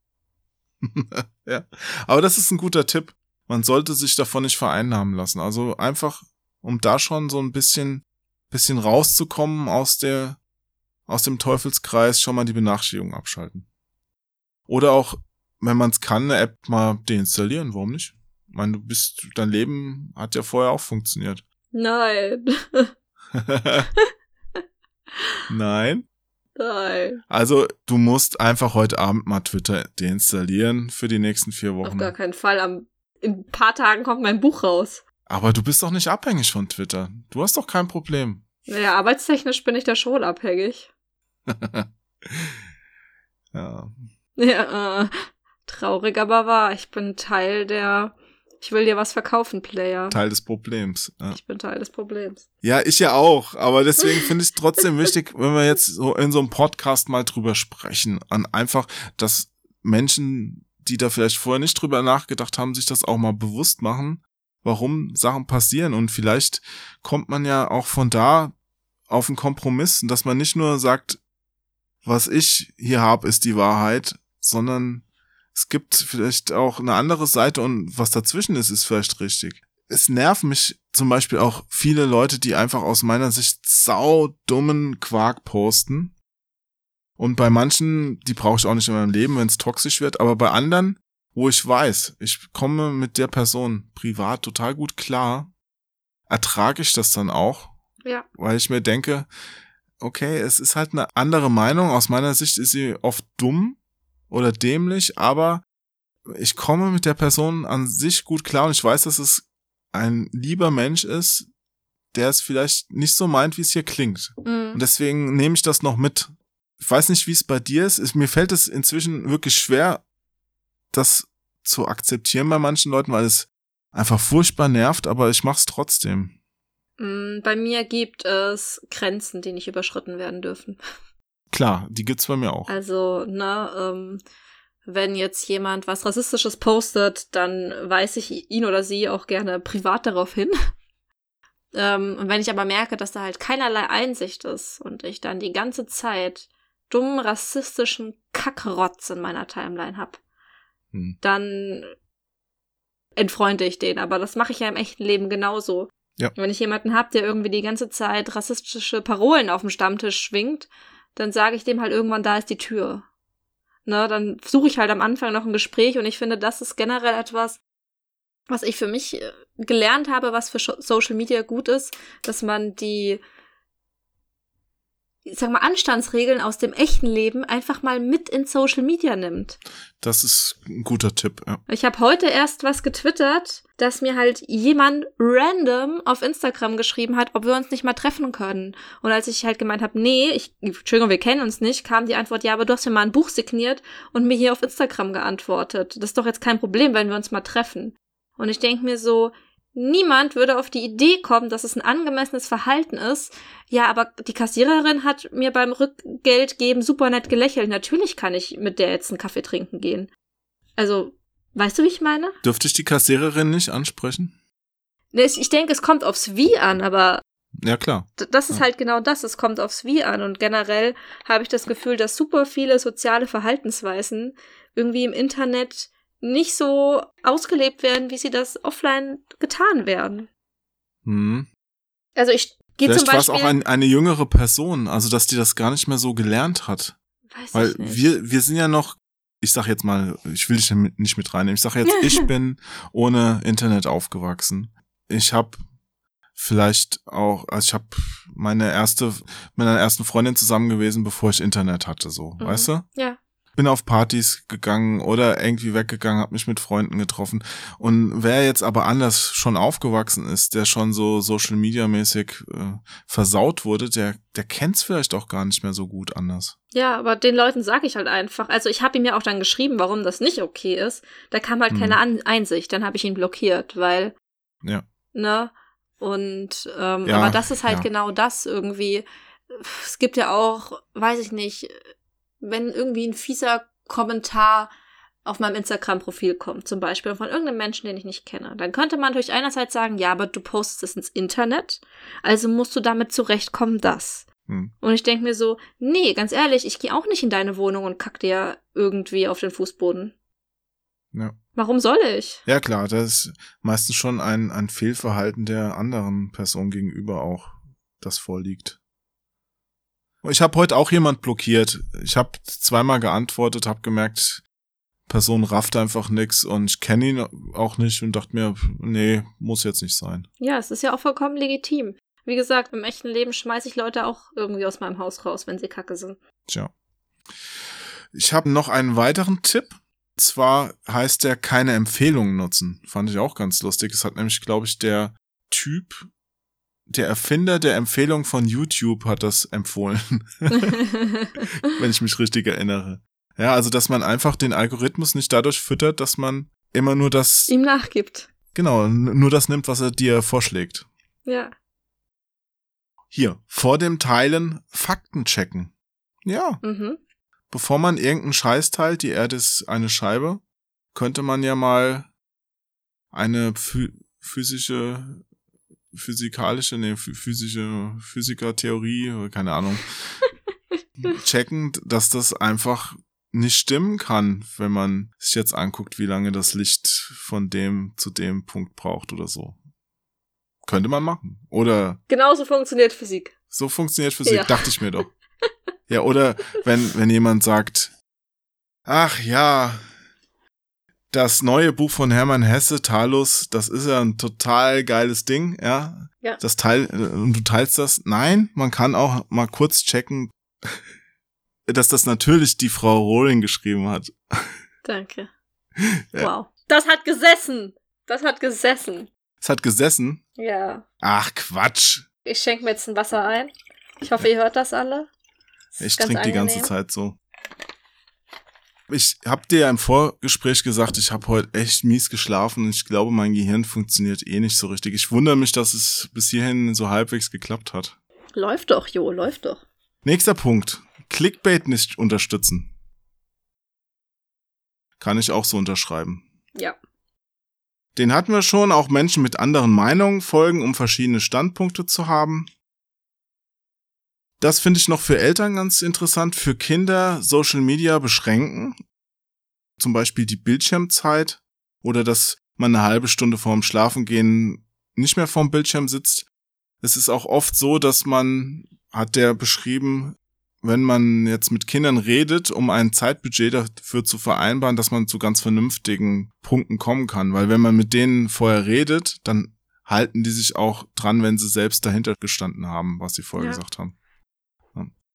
Ja, aber das ist ein guter Tipp. Man sollte sich davon nicht vereinnahmen lassen. Also einfach, um da schon so ein bisschen rauszukommen aus dem Teufelskreis, schon mal die Benachrichtigung abschalten. Oder auch, wenn man es kann, eine App mal deinstallieren. Warum nicht? Ich meine, dein Leben hat ja vorher auch funktioniert. Nein. Nein? Nein. Also, du musst einfach heute Abend mal Twitter deinstallieren für die nächsten 4 Wochen. Auf gar keinen Fall. In ein paar Tagen kommt mein Buch raus. Aber du bist doch nicht abhängig von Twitter. Du hast doch kein Problem. Naja, arbeitstechnisch bin ich da schon abhängig. Ja. Ja, traurig, aber wahr. Ich bin Teil der Ich will dir was verkaufen, Player. Teil des Problems. Ja. Ich bin Teil des Problems. Ja, ich ja auch. Aber deswegen finde ich es trotzdem wichtig, wenn wir jetzt so in so einem Podcast mal drüber sprechen. An einfach, dass Menschen, die da vielleicht vorher nicht drüber nachgedacht haben, sich das auch mal bewusst machen, warum Sachen passieren. Und vielleicht kommt man ja auch von da auf einen Kompromiss, dass man nicht nur sagt, was ich hier habe, ist die Wahrheit, sondern es gibt vielleicht auch eine andere Seite und was dazwischen ist vielleicht richtig. Es nerven mich zum Beispiel auch viele Leute, die einfach aus meiner Sicht saudummen Quark posten. Und bei manchen, die brauche ich auch nicht in meinem Leben, wenn es toxisch wird, aber bei anderen, wo ich weiß, ich komme mit der Person privat total gut klar, ertrage ich das dann auch. Ja. Weil ich mir denke, okay, es ist halt eine andere Meinung. Aus meiner Sicht ist sie oft dumm oder dämlich, aber ich komme mit der Person an sich gut klar und ich weiß, dass es ein lieber Mensch ist, der es vielleicht nicht so meint, wie es hier klingt. Mhm. Und deswegen nehme ich das noch mit. Ich weiß nicht, wie es bei dir ist. Mir fällt es inzwischen wirklich schwer, das zu akzeptieren bei manchen Leuten, weil es einfach furchtbar nervt, aber ich mache es trotzdem. Bei mir gibt es Grenzen, die nicht überschritten werden dürfen. Klar, die gibt's bei mir auch. Also, wenn jetzt jemand was Rassistisches postet, dann weise ich ihn oder sie auch gerne privat darauf hin. Und wenn ich aber merke, dass da halt keinerlei Einsicht ist und ich dann die ganze Zeit dummen, rassistischen Kackrotz in meiner Timeline hab, dann entfreunde ich den. Aber das mache ich ja im echten Leben genauso. Ja. Wenn ich jemanden hab, der irgendwie die ganze Zeit rassistische Parolen auf dem Stammtisch schwingt, dann sage ich dem halt irgendwann, da ist die Tür. Ne, dann suche ich halt am Anfang noch ein Gespräch und ich finde, das ist generell etwas, was ich für mich gelernt habe, was für Social Media gut ist, dass man die ich sag mal, Anstandsregeln aus dem echten Leben einfach mal mit in Social Media nimmt. Das ist ein guter Tipp, ja. Ich habe heute erst was getwittert, dass mir halt jemand random auf Instagram geschrieben hat, ob wir uns nicht mal treffen können. Und als ich halt gemeint habe, nee, Entschuldigung, wir kennen uns nicht, kam die Antwort, ja, aber du hast mir mal ein Buch signiert und mir hier auf Instagram geantwortet. Das ist doch jetzt kein Problem, wenn wir uns mal treffen. Und ich denke mir so, niemand würde auf die Idee kommen, dass es ein angemessenes Verhalten ist. Ja, aber die Kassiererin hat mir beim Rückgeld geben super nett gelächelt. Natürlich kann ich mit der jetzt einen Kaffee trinken gehen. Also, weißt du, wie ich meine? Dürfte ich die Kassiererin nicht ansprechen? Ich denke, es kommt aufs Wie an, aber ja, klar. Das ist halt genau das. Es kommt aufs Wie an. Und generell habe ich das Gefühl, dass super viele soziale Verhaltensweisen irgendwie im Internet nicht so ausgelebt werden, wie sie das offline getan werden. Also ich gehe zum Beispiel... Vielleicht war es auch eine jüngere Person, also dass die das gar nicht mehr so gelernt hat. Weiß ich nicht. Wir sind ja noch, ich sag jetzt mal, ich will dich nicht mit reinnehmen, ich sag jetzt, ich bin ohne Internet aufgewachsen. Ich habe vielleicht auch, also ich habe mit meiner ersten Freundin zusammen gewesen, bevor ich Internet hatte, so, weißt du? Ja. Bin auf Partys gegangen oder irgendwie weggegangen, habe mich mit Freunden getroffen. Und wer jetzt aber anders schon aufgewachsen ist, der schon so Social-Media-mäßig versaut wurde, der kennt's vielleicht auch gar nicht mehr so gut anders. Ja, aber den Leuten sage ich halt einfach. Also ich habe ihm ja auch dann geschrieben, warum das nicht okay ist. Da kam halt keine Einsicht. Dann habe ich ihn blockiert, weil, ja. Ne? Und, aber das ist halt genau das irgendwie. Es gibt ja auch, weiß ich nicht, wenn irgendwie ein fieser Kommentar auf meinem Instagram-Profil kommt, zum Beispiel von irgendeinem Menschen, den ich nicht kenne, dann könnte man durch einerseits sagen, ja, aber du postest es ins Internet, also musst du damit zurechtkommen, dass. Und ich denke mir so, nee, ganz ehrlich, ich gehe auch nicht in deine Wohnung und kack dir irgendwie auf den Fußboden. Ja. Warum soll ich? Ja klar, das ist meistens schon ein Fehlverhalten der anderen Person gegenüber auch, das vorliegt. Ich habe heute auch jemand blockiert. Ich habe zweimal geantwortet, habe gemerkt, Person rafft einfach nix und ich kenne ihn auch nicht und dachte mir, nee, muss jetzt nicht sein. Ja, es ist ja auch vollkommen legitim. Wie gesagt, im echten Leben schmeiße ich Leute auch irgendwie aus meinem Haus raus, wenn sie kacke sind. Tja. Ich habe noch einen weiteren Tipp. Und zwar heißt der keine Empfehlungen nutzen. Fand ich auch ganz lustig. Es hat nämlich, glaube ich, der Erfinder der Empfehlung von YouTube hat das empfohlen. Wenn ich mich richtig erinnere. Ja, also, dass man einfach den Algorithmus nicht dadurch füttert, dass man immer nur das... ihm nachgibt. Genau, nur das nimmt, was er dir vorschlägt. Ja. Hier, vor dem Teilen Fakten checken. Ja. Bevor man irgendeinen Scheiß teilt, die Erde ist eine Scheibe, könnte man ja mal eine Physikertheorie, keine Ahnung, checken, dass das einfach nicht stimmen kann, wenn man sich jetzt anguckt, wie lange das Licht von dem zu dem Punkt braucht oder so. Könnte man machen. Oder genauso funktioniert Physik. So funktioniert Physik, dachte ich mir doch. Ja, oder wenn jemand sagt, ach ja, das neue Buch von Hermann Hesse, Talus, das ist ja ein total geiles Ding, ja. Und du teilst das. Nein, man kann auch mal kurz checken, dass das natürlich die Frau Rowling geschrieben hat. Danke. Ja. Wow. Das hat gesessen. Es hat gesessen? Ja. Ach, Quatsch. Ich schenke mir jetzt ein Wasser ein. Ich hoffe, ihr hört das alle. Ich trinke die ganze Zeit so. Ich habe dir ja im Vorgespräch gesagt, ich habe heute echt mies geschlafen und ich glaube, mein Gehirn funktioniert eh nicht so richtig. Ich wundere mich, dass es bis hierhin so halbwegs geklappt hat. Läuft doch, Jo, läuft doch. Nächster Punkt. Clickbait nicht unterstützen. Kann ich auch so unterschreiben. Ja. Den hatten wir schon, auch Menschen mit anderen Meinungen folgen, um verschiedene Standpunkte zu haben. Das finde ich noch für Eltern ganz interessant. Für Kinder Social Media beschränken. Zum Beispiel die Bildschirmzeit. Oder dass man eine halbe Stunde vorm Schlafengehen nicht mehr vorm Bildschirm sitzt. Es ist auch oft so, dass hat der beschrieben, wenn man jetzt mit Kindern redet, um ein Zeitbudget dafür zu vereinbaren, dass man zu ganz vernünftigen Punkten kommen kann. Weil wenn man mit denen vorher redet, dann halten die sich auch dran, wenn sie selbst dahinter gestanden haben, was sie vorher gesagt haben.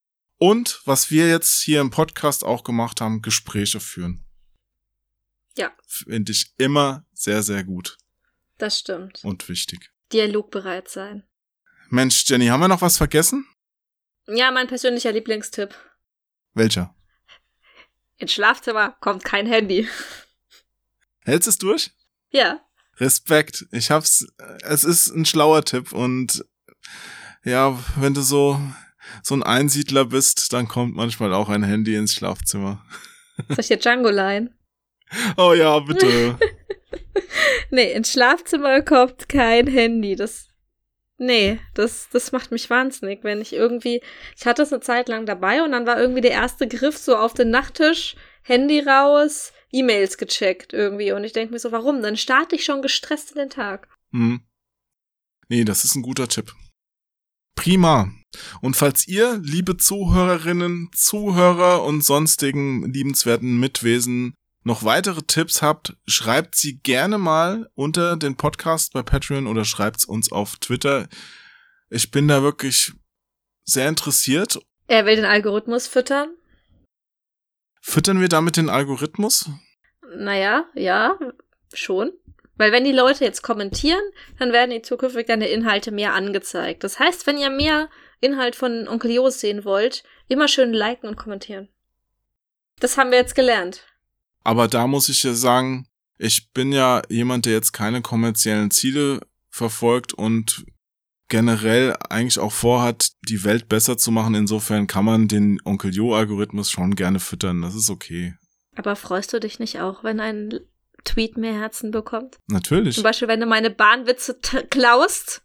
Und was wir jetzt hier im Podcast auch gemacht haben, Gespräche führen. Ja. Finde ich immer sehr, sehr gut. Das stimmt. Und wichtig. Dialogbereit sein. Mensch, Jenny, haben wir noch was vergessen? Ja, mein persönlicher Lieblingstipp. Welcher? Ins Schlafzimmer kommt kein Handy. Hältst du es durch? Ja. Respekt. Es ist ein schlauer Tipp und ja, wenn du so ein Einsiedler bist, dann kommt manchmal auch ein Handy ins Schlafzimmer. Soll ich dir Django leihen? Oh ja, bitte. Nee, ins Schlafzimmer kommt kein Handy. Das macht mich wahnsinnig, wenn ich hatte es eine Zeit lang dabei und dann war irgendwie der erste Griff so auf den Nachttisch, Handy raus, E-Mails gecheckt irgendwie und ich denke mir so, warum? Dann starte ich schon gestresst in den Tag. Nee, das ist ein guter Tipp. Prima. Und falls ihr, liebe Zuhörerinnen, Zuhörer und sonstigen liebenswerten Mitwesen, noch weitere Tipps habt, schreibt sie gerne mal unter den Podcast bei Patreon oder schreibt's uns auf Twitter. Ich bin da wirklich sehr interessiert. Er will den Algorithmus füttern. Füttern wir damit den Algorithmus? Naja, ja, schon. Weil wenn die Leute jetzt kommentieren, dann werden die zukünftig deine Inhalte mehr angezeigt. Das heißt, wenn ihr mehr Inhalt von Onkel Jo sehen wollt, immer schön liken und kommentieren. Das haben wir jetzt gelernt. Aber da muss ich ja sagen, ich bin ja jemand, der jetzt keine kommerziellen Ziele verfolgt und generell eigentlich auch vorhat, die Welt besser zu machen. Insofern kann man den Onkel Jo-Algorithmus schon gerne füttern. Das ist okay. Aber freust du dich nicht auch, wenn ein Tweet mehr Herzen bekommt? Natürlich. Zum Beispiel, wenn du meine Bahnwitze klaust.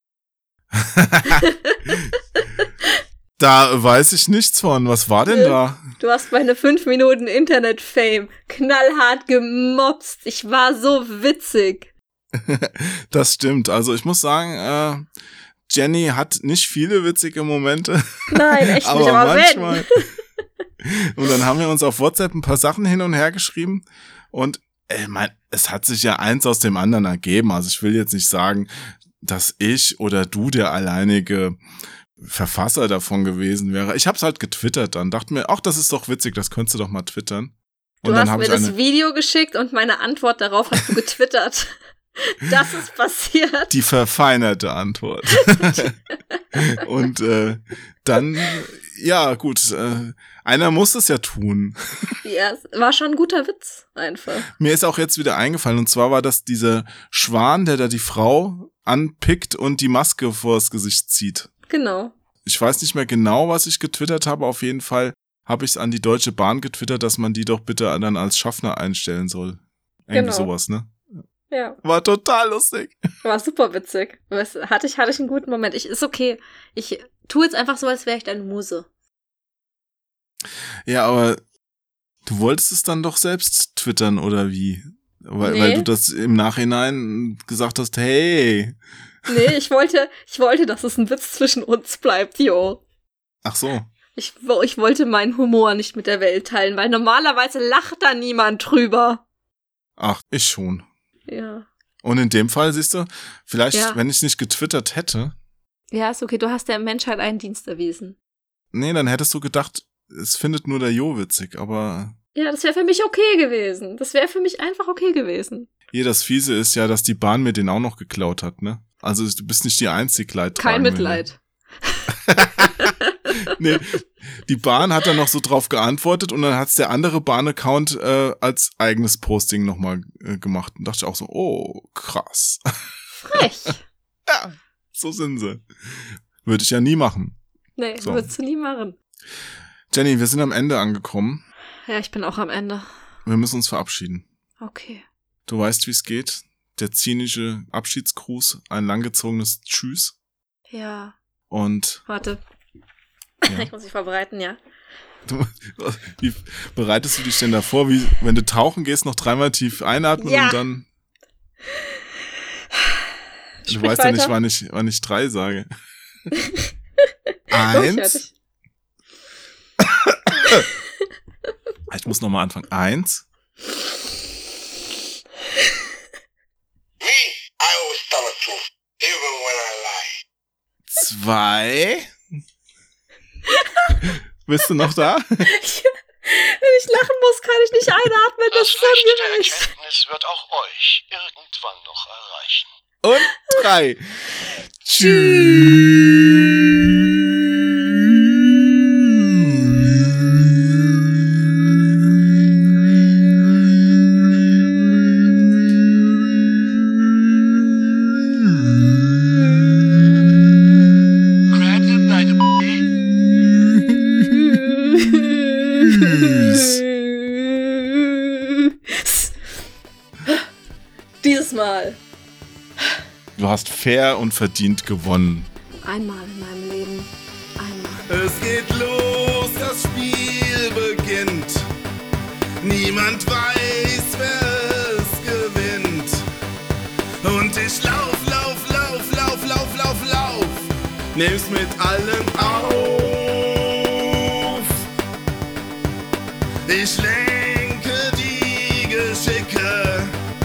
Da weiß ich nichts von. Was war denn da? Du hast meine 5 Minuten Internet-Fame knallhart gemobst. Ich war so witzig. Das stimmt. Also ich muss sagen, Jenny hat nicht viele witzige Momente. Nein, echt nicht, aber manchmal. Und dann haben wir uns auf WhatsApp ein paar Sachen hin und her geschrieben und es hat sich ja eins aus dem anderen ergeben. Also ich will jetzt nicht sagen, dass ich oder du der alleinige Verfasser davon gewesen wäre. Ich hab's halt getwittert dann, dachte mir, ach, das ist doch witzig, das könntest du doch mal twittern. Und du dann hast mir das Video geschickt und meine Antwort darauf hast du getwittert. Das ist passiert. Die verfeinerte Antwort. Und dann, ja gut, einer muss es ja tun. Ja, es war schon ein guter Witz, einfach. Mir ist auch jetzt wieder eingefallen, und zwar war das dieser Schwan, der da die Frau anpickt und die Maske vors Gesicht zieht. Genau. Ich weiß nicht mehr genau, was ich getwittert habe, auf jeden Fall habe ich es an die Deutsche Bahn getwittert, dass man die doch bitte dann als Schaffner einstellen soll. Irgendwie sowas, ne? Ja. War total lustig. War super witzig. Hatte ich einen guten Moment. Ist okay. Ich tue jetzt einfach so, als wäre ich deine Muse. Ja, aber du wolltest es dann doch selbst twittern, oder wie? Weil du das im Nachhinein gesagt hast, hey. Nee, ich wollte, dass es ein Witz zwischen uns bleibt, jo. Ach so. Ich wollte meinen Humor nicht mit der Welt teilen, weil normalerweise lacht da niemand drüber. Ach, ich schon. Ja. Und in dem Fall, siehst du, vielleicht, wenn ich es nicht getwittert hätte. Ja, ist okay, du hast der Menschheit einen Dienst erwiesen. Nee, dann hättest du gedacht, es findet nur der Jo witzig, aber... Ja, das wäre für mich okay gewesen. Das wäre für mich einfach okay gewesen. Hier, das Fiese ist ja, dass die Bahn mir den auch noch geklaut hat, ne? Also du bist nicht die einzig Leidtragende. Kein Mitleid. Nee, die Bahn hat dann noch so drauf geantwortet und dann hat's der andere Bahn-Account als eigenes Posting nochmal gemacht. Und dachte ich auch so, oh, krass. Frech. Ja, so sind sie. Würde ich ja nie machen. Nee, so. Würdest du nie machen. Jenny, wir sind am Ende angekommen. Ja, ich bin auch am Ende. Wir müssen uns verabschieden. Okay. Du weißt, wie es geht. Der zynische Abschiedsgruß, ein langgezogenes Tschüss. Ja. Und... Warte. Ja. Ich muss mich vorbereiten, ja. Wie bereitest du dich denn davor? Wie, wenn du tauchen gehst, noch 3-mal tief einatmen und dann... Du weißt ja nicht, wann ich 3 sage. 1. Ich muss nochmal anfangen. 1. I always tell the truth, even when I lie. 2. Bist du noch da? Wenn ich lachen muss, kann ich nicht einatmen. Das ist ungerecht. Das Erkenntnis wird auch euch irgendwann noch erreichen. Und 3. Dieses Mal. Du hast fair und verdient gewonnen. Einmal in meinem Leben. Einmal. Es geht los, das Spiel beginnt. Niemand weiß, wer es gewinnt. Und ich lauf. Nimm's mit allen auf. Ich lenke die Geschicke,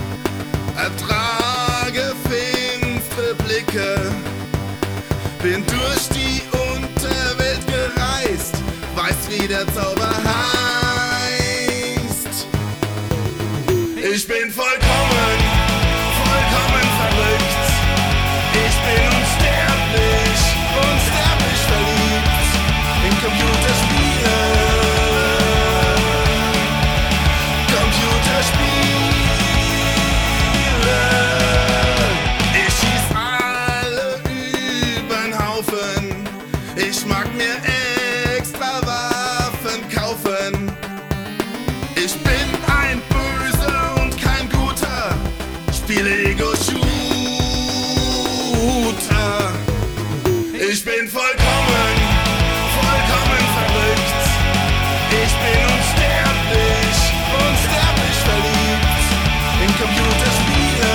ertrage finstere Blicke. Bin durch die Unterwelt gereist, weiß, wie der Zauber heißt. Ich bin vollkommen verrückt. Ich bin unsterblich verliebt in Computerspiele. Ich schieß alle übern Haufen. Ich mag mir extra Waffen kaufen. Ich bin ein Böser und kein Guter. Spiele Ego-Shooter. Ich bin vollkommen verrückt. Ich bin unsterblich verliebt in Computerspiele.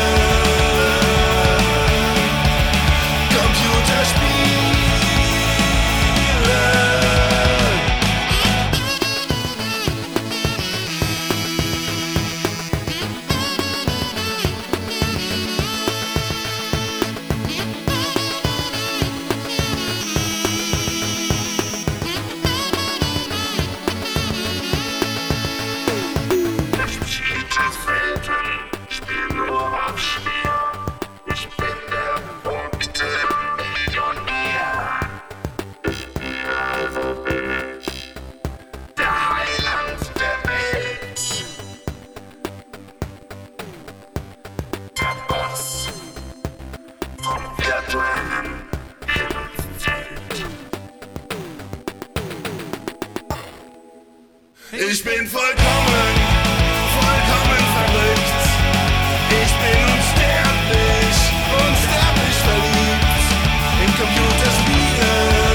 Ich bin vollkommen verrückt. Ich bin unsterblich verliebt in Computerspiele.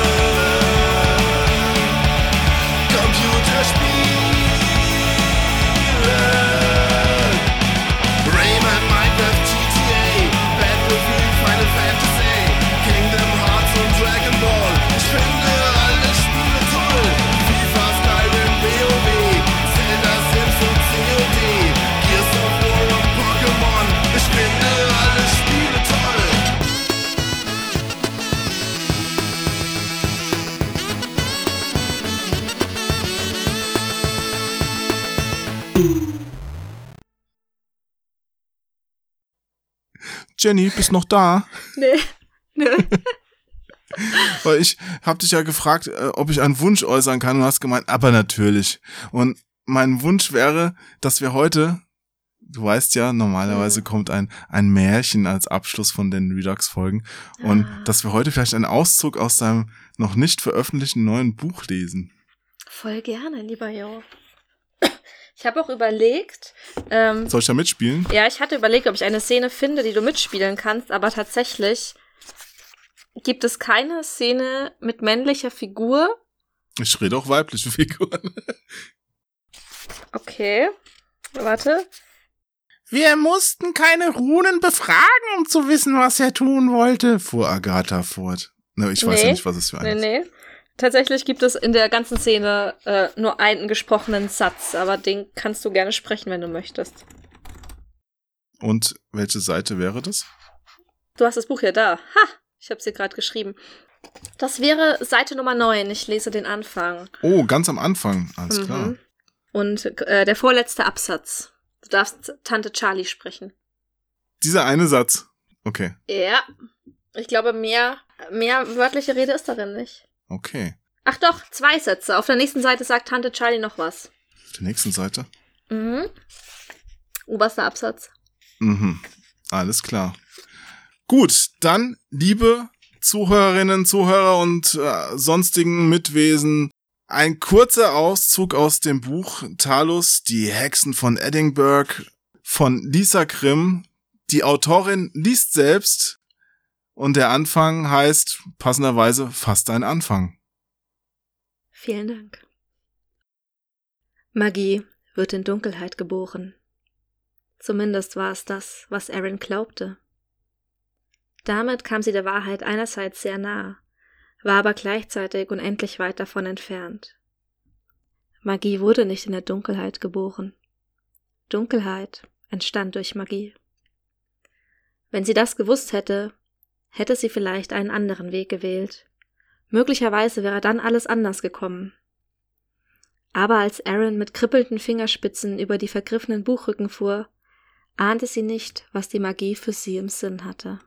Rayman, Minecraft, GTA, Battlefield, Final Fantasy, Kingdom Hearts und Dragon Ball. Ich finde alle Spiele toll. FIFA, Skyrim, WoW, Zelda, Sims und COD, Gears of War und Pokémon. Ich finde alle Spiele toll. Jenny, bist noch da? Nee. Weil ich hab dich ja gefragt, ob ich einen Wunsch äußern kann und hast gemeint, aber natürlich. Und mein Wunsch wäre, dass wir heute, du weißt ja, normalerweise kommt ein Märchen als Abschluss von den Redux-Folgen und dass wir heute vielleicht einen Auszug aus deinem noch nicht veröffentlichten neuen Buch lesen. Voll gerne, lieber Jo. Ich habe auch überlegt. Soll ich da mitspielen? Ja, ich hatte überlegt, ob ich eine Szene finde, die du mitspielen kannst, aber tatsächlich gibt es keine Szene mit männlicher Figur. Ich rede auch weibliche Figuren. Okay, warte. Wir mussten keine Runen befragen, um zu wissen, was er tun wollte, fuhr Agatha fort. Ich weiß ja nicht, was es für eine ist. Nee. Tatsächlich gibt es in der ganzen Szene nur einen gesprochenen Satz, aber den kannst du gerne sprechen, wenn du möchtest. Und welche Seite wäre das? Du hast das Buch ja da. Ha! Ich habe es dir gerade geschrieben. Das wäre Seite Nummer 9. Ich lese den Anfang. Oh, ganz am Anfang. Alles klar. Und der vorletzte Absatz. Du darfst Tante Charlie sprechen. Dieser eine Satz. Okay. Ja. Ich glaube, mehr wörtliche Rede ist darin nicht. Okay. Ach doch, 2 Sätze. Auf der nächsten Seite sagt Tante Charlie noch was. Auf der nächsten Seite? Oberster Absatz. Alles klar. Gut, dann, liebe Zuhörerinnen, Zuhörer und sonstigen Mitwesen, ein kurzer Auszug aus dem Buch Talos, die Hexen von Edinburgh von Lisa Grimm. Die Autorin liest selbst und der Anfang heißt passenderweise fast ein Anfang. Vielen Dank. Magie wird in Dunkelheit geboren. Zumindest war es das, was Erin glaubte. Damit kam sie der Wahrheit einerseits sehr nah, war aber gleichzeitig unendlich weit davon entfernt. Magie wurde nicht in der Dunkelheit geboren. Dunkelheit entstand durch Magie. Wenn sie das gewusst hätte, hätte sie vielleicht einen anderen Weg gewählt. Möglicherweise wäre dann alles anders gekommen. Aber als Erin mit kribbelnden Fingerspitzen über die vergriffenen Buchrücken fuhr, ahnte sie nicht, was die Magie für sie im Sinn hatte.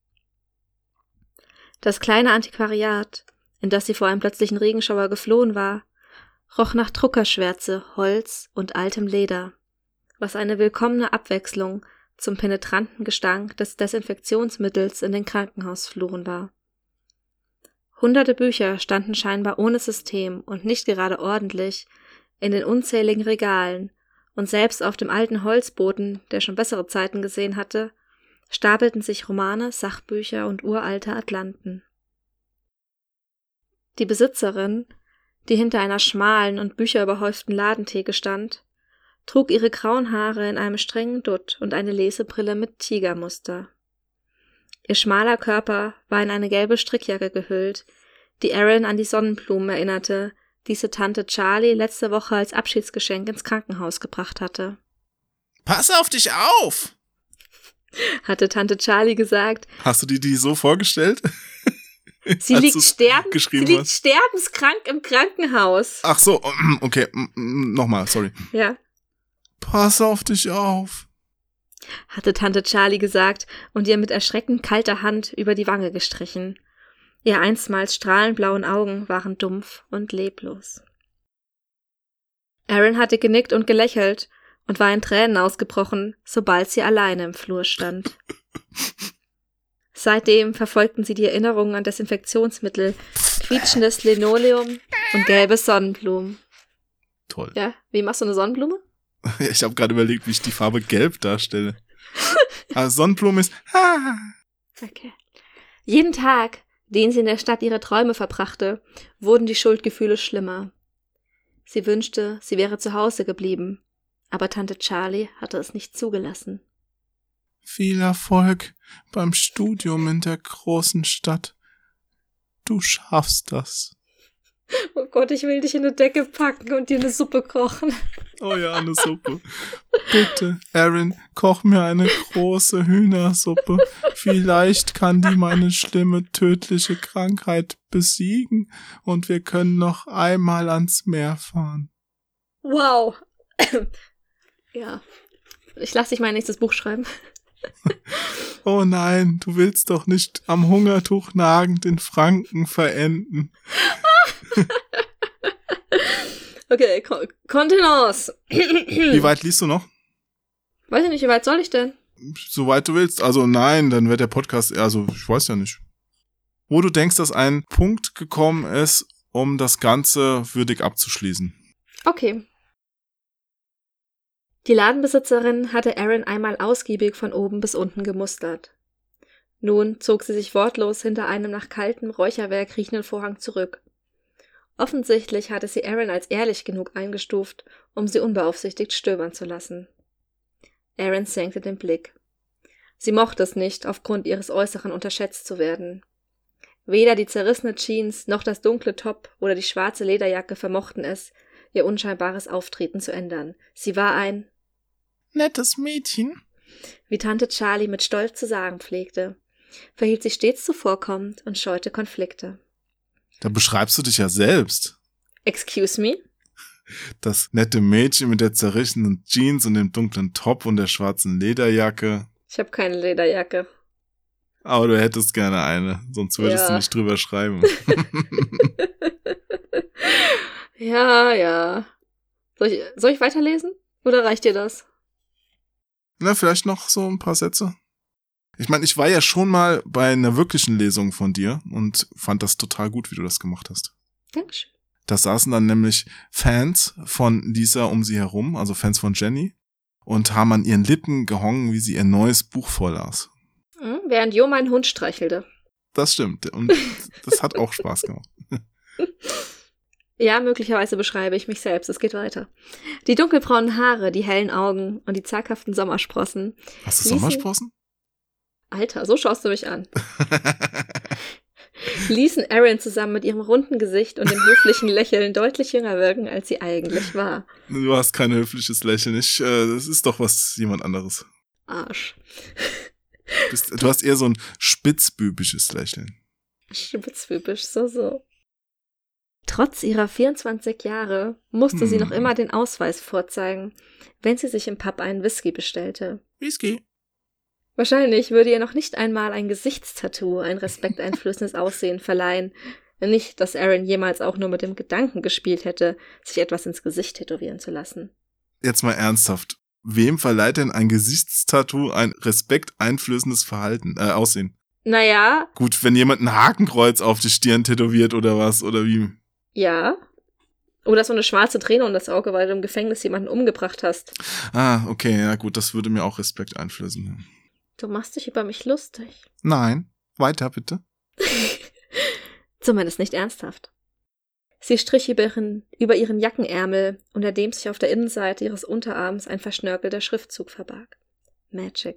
Das kleine Antiquariat, in das sie vor einem plötzlichen Regenschauer geflohen war, roch nach Druckerschwärze, Holz und altem Leder, was eine willkommene Abwechslung zum penetranten Gestank des Desinfektionsmittels in den Krankenhausfluren war. Hunderte Bücher standen scheinbar ohne System und nicht gerade ordentlich in den unzähligen Regalen, und selbst auf dem alten Holzboden, der schon bessere Zeiten gesehen hatte, stapelten sich Romane, Sachbücher und uralte Atlanten. Die Besitzerin, die hinter einer schmalen und bücherüberhäuften Ladentheke stand, trug ihre grauen Haare in einem strengen Dutt und eine Lesebrille mit Tigermuster. Ihr schmaler Körper war in eine gelbe Strickjacke gehüllt, die Erin an die Sonnenblumen erinnerte, die sie Tante Charlie letzte Woche als Abschiedsgeschenk ins Krankenhaus gebracht hatte. Pass auf dich auf! Hatte Tante Charlie gesagt. Hast du dir die so vorgestellt? Sie liegt sterbenskrank im Krankenhaus. Ach so, okay, nochmal, sorry. Ja. Pass auf dich auf, hatte Tante Charlie gesagt und ihr mit erschreckend kalter Hand über die Wange gestrichen. Ihr einstmals strahlenblauen Augen waren dumpf und leblos. Erin hatte genickt und gelächelt und war in Tränen ausgebrochen, sobald sie alleine im Flur stand. Seitdem verfolgten sie die Erinnerungen an Desinfektionsmittel, quietschendes Linoleum und gelbe Sonnenblumen. Toll. Ja, wie machst du eine Sonnenblume? Ich habe gerade überlegt, wie ich die Farbe gelb darstelle. Also Sonnenblume ist... Okay. Jeden Tag, den sie in der Stadt ihre Träume verbrachte, wurden die Schuldgefühle schlimmer. Sie wünschte, sie wäre zu Hause geblieben, aber Tante Charlie hatte es nicht zugelassen. Viel Erfolg beim Studium in der großen Stadt. Du schaffst das. Oh Gott, ich will dich in eine Decke packen und dir eine Suppe kochen. Oh ja, eine Suppe. Bitte, Erin, koch mir eine große Hühnersuppe. Vielleicht kann die meine schlimme, tödliche Krankheit besiegen und wir können noch einmal ans Meer fahren. Wow. Ja, ich lasse dich mein nächstes Buch schreiben. Oh nein, du willst doch nicht am Hungertuch nagend in Franken verenden. Okay, Kontenance. Wie weit liest du noch? Weiß ich nicht, wie weit soll ich denn? Soweit du willst. Also nein, dann wird der Podcast, also ich weiß ja nicht. Wo du denkst, dass ein Punkt gekommen ist, um das Ganze würdig abzuschließen. Okay. Die Ladenbesitzerin hatte Erin einmal ausgiebig von oben bis unten gemustert. Nun zog sie sich wortlos hinter einem nach kaltem Räucherwerk riechenden Vorhang zurück. Offensichtlich hatte sie Erin als ehrlich genug eingestuft, um sie unbeaufsichtigt stöbern zu lassen. Erin senkte den Blick. Sie mochte es nicht, aufgrund ihres Äußeren unterschätzt zu werden. Weder die zerrissene Jeans noch das dunkle Top oder die schwarze Lederjacke vermochten es, ihr unscheinbares Auftreten zu ändern. Sie war ein nettes Mädchen, wie Tante Charlie mit Stolz zu sagen pflegte, verhielt sich stets zuvorkommend und scheute Konflikte. Da beschreibst du dich ja selbst. Excuse me? Das nette Mädchen mit der zerrissenen Jeans und dem dunklen Top und der schwarzen Lederjacke. Ich habe keine Lederjacke. Aber du hättest gerne eine, sonst würdest du nicht drüber schreiben. Ja. Soll ich weiterlesen? Oder reicht dir das? Na, vielleicht noch so ein paar Sätze. Ich meine, ich war ja schon mal bei einer wirklichen Lesung von dir und fand das total gut, wie du das gemacht hast. Dankeschön. Da saßen dann nämlich Fans von Lisa um sie herum, also Fans von Jenny, und haben an ihren Lippen gehongen, wie sie ihr neues Buch vorlas. Während Jo meinen Hund streichelte. Das stimmt. Und das hat auch Spaß gemacht. Ja, möglicherweise beschreibe ich mich selbst. Es geht weiter. Die dunkelbraunen Haare, die hellen Augen und die zaghaften Sommersprossen. Hast du Sommersprossen? Alter, so schaust du mich an. Ließen Erin zusammen mit ihrem runden Gesicht und dem höflichen Lächeln deutlich jünger wirken, als sie eigentlich war. Du hast kein höfliches Lächeln. Das ist doch was jemand anderes. Arsch. Du hast eher so ein spitzbübisches Lächeln. Spitzbübisch, so. Trotz ihrer 24 Jahre musste sie noch immer den Ausweis vorzeigen, wenn sie sich im Pub einen Whisky bestellte. Whisky? Wahrscheinlich würde ihr noch nicht einmal ein Gesichtstattoo ein respekteinflößendes Aussehen verleihen. Nicht, dass Erin jemals auch nur mit dem Gedanken gespielt hätte, sich etwas ins Gesicht tätowieren zu lassen. Jetzt mal ernsthaft. Wem verleiht denn ein Gesichtstattoo ein respekteinflößendes Aussehen? Naja. Gut, wenn jemand ein Hakenkreuz auf die Stirn tätowiert oder was, oder wie? Ja. Oder so eine schwarze Träne um das Auge, weil du im Gefängnis jemanden umgebracht hast. Ah, okay, ja gut, das würde mir auch Respekt einflößen. Du machst dich über mich lustig. Nein, weiter bitte. Zumindest nicht ernsthaft. Sie strich über ihren Jackenärmel, unter dem sich auf der Innenseite ihres Unterarms ein verschnörkelter Schriftzug verbarg. Magic.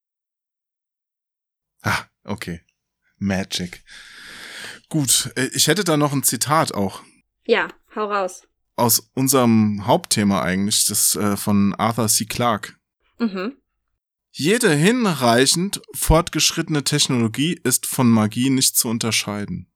Ah, okay. Magic. Gut, ich hätte da noch ein Zitat auch. Ja, hau raus. Aus unserem Hauptthema eigentlich, das von Arthur C. Clarke. Jede hinreichend fortgeschrittene Technologie ist von Magie nicht zu unterscheiden.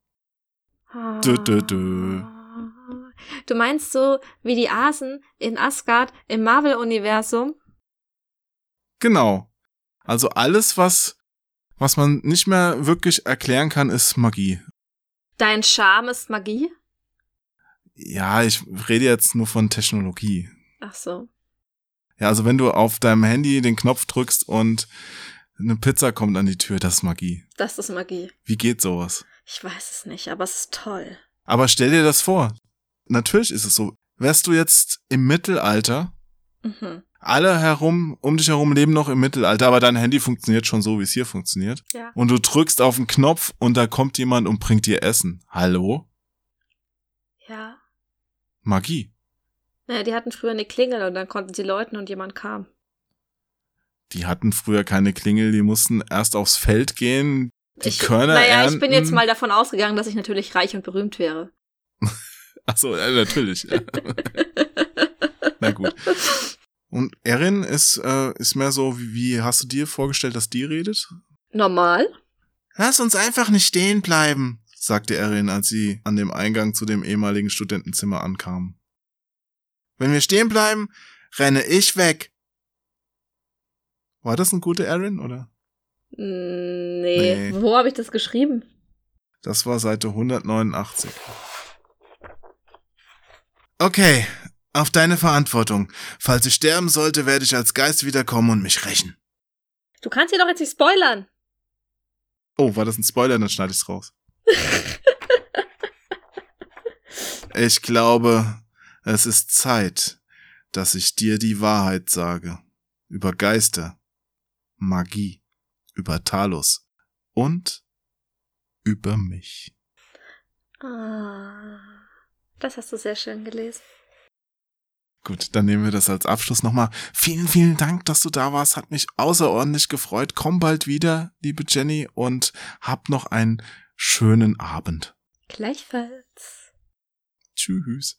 Du meinst so wie die Asen in Asgard im Marvel-Universum? Genau. Also alles, was man nicht mehr wirklich erklären kann, ist Magie. Dein Charme ist Magie? Ja, ich rede jetzt nur von Technologie. Ach so. Ja, also wenn du auf deinem Handy den Knopf drückst und eine Pizza kommt an die Tür, das ist Magie. Das ist Magie. Wie geht sowas? Ich weiß es nicht, aber es ist toll. Aber stell dir das vor. Natürlich ist es so. Wärst du jetzt im Mittelalter, alle um dich herum leben noch im Mittelalter, aber dein Handy funktioniert schon so, wie es hier funktioniert. Ja. Und du drückst auf den Knopf und da kommt jemand und bringt dir Essen. Hallo? Ja. Magie. Naja, die hatten früher eine Klingel und dann konnten sie läuten und jemand kam. Die hatten früher keine Klingel, die mussten erst aufs Feld gehen, Körner ernten. Ich bin jetzt mal davon ausgegangen, dass ich natürlich reich und berühmt wäre. Ach so, ja, natürlich. Na gut. Und Erin ist mehr so, wie hast du dir vorgestellt, dass die redet? Normal? Lass uns einfach nicht stehen bleiben, sagte Erin, als sie an dem Eingang zu dem ehemaligen Studentenzimmer ankam. Wenn wir stehen bleiben, renne ich weg. War das eine gute Erin, oder? Nee. Wo habe ich das geschrieben? Das war Seite 189. Okay, auf deine Verantwortung. Falls ich sterben sollte, werde ich als Geist wiederkommen und mich rächen. Du kannst hier doch jetzt nicht spoilern. Oh, war das ein Spoiler? Dann schneide ich's raus. Ich glaube, es ist Zeit, dass ich dir die Wahrheit sage. Über Geister, Magie, über Talos und über mich. Das hast du sehr schön gelesen. Gut, dann nehmen wir das als Abschluss nochmal. Vielen, vielen Dank, dass du da warst. Hat mich außerordentlich gefreut. Komm bald wieder, liebe Jenny, und hab noch einen schönen Abend. Gleichfalls. Tschüss.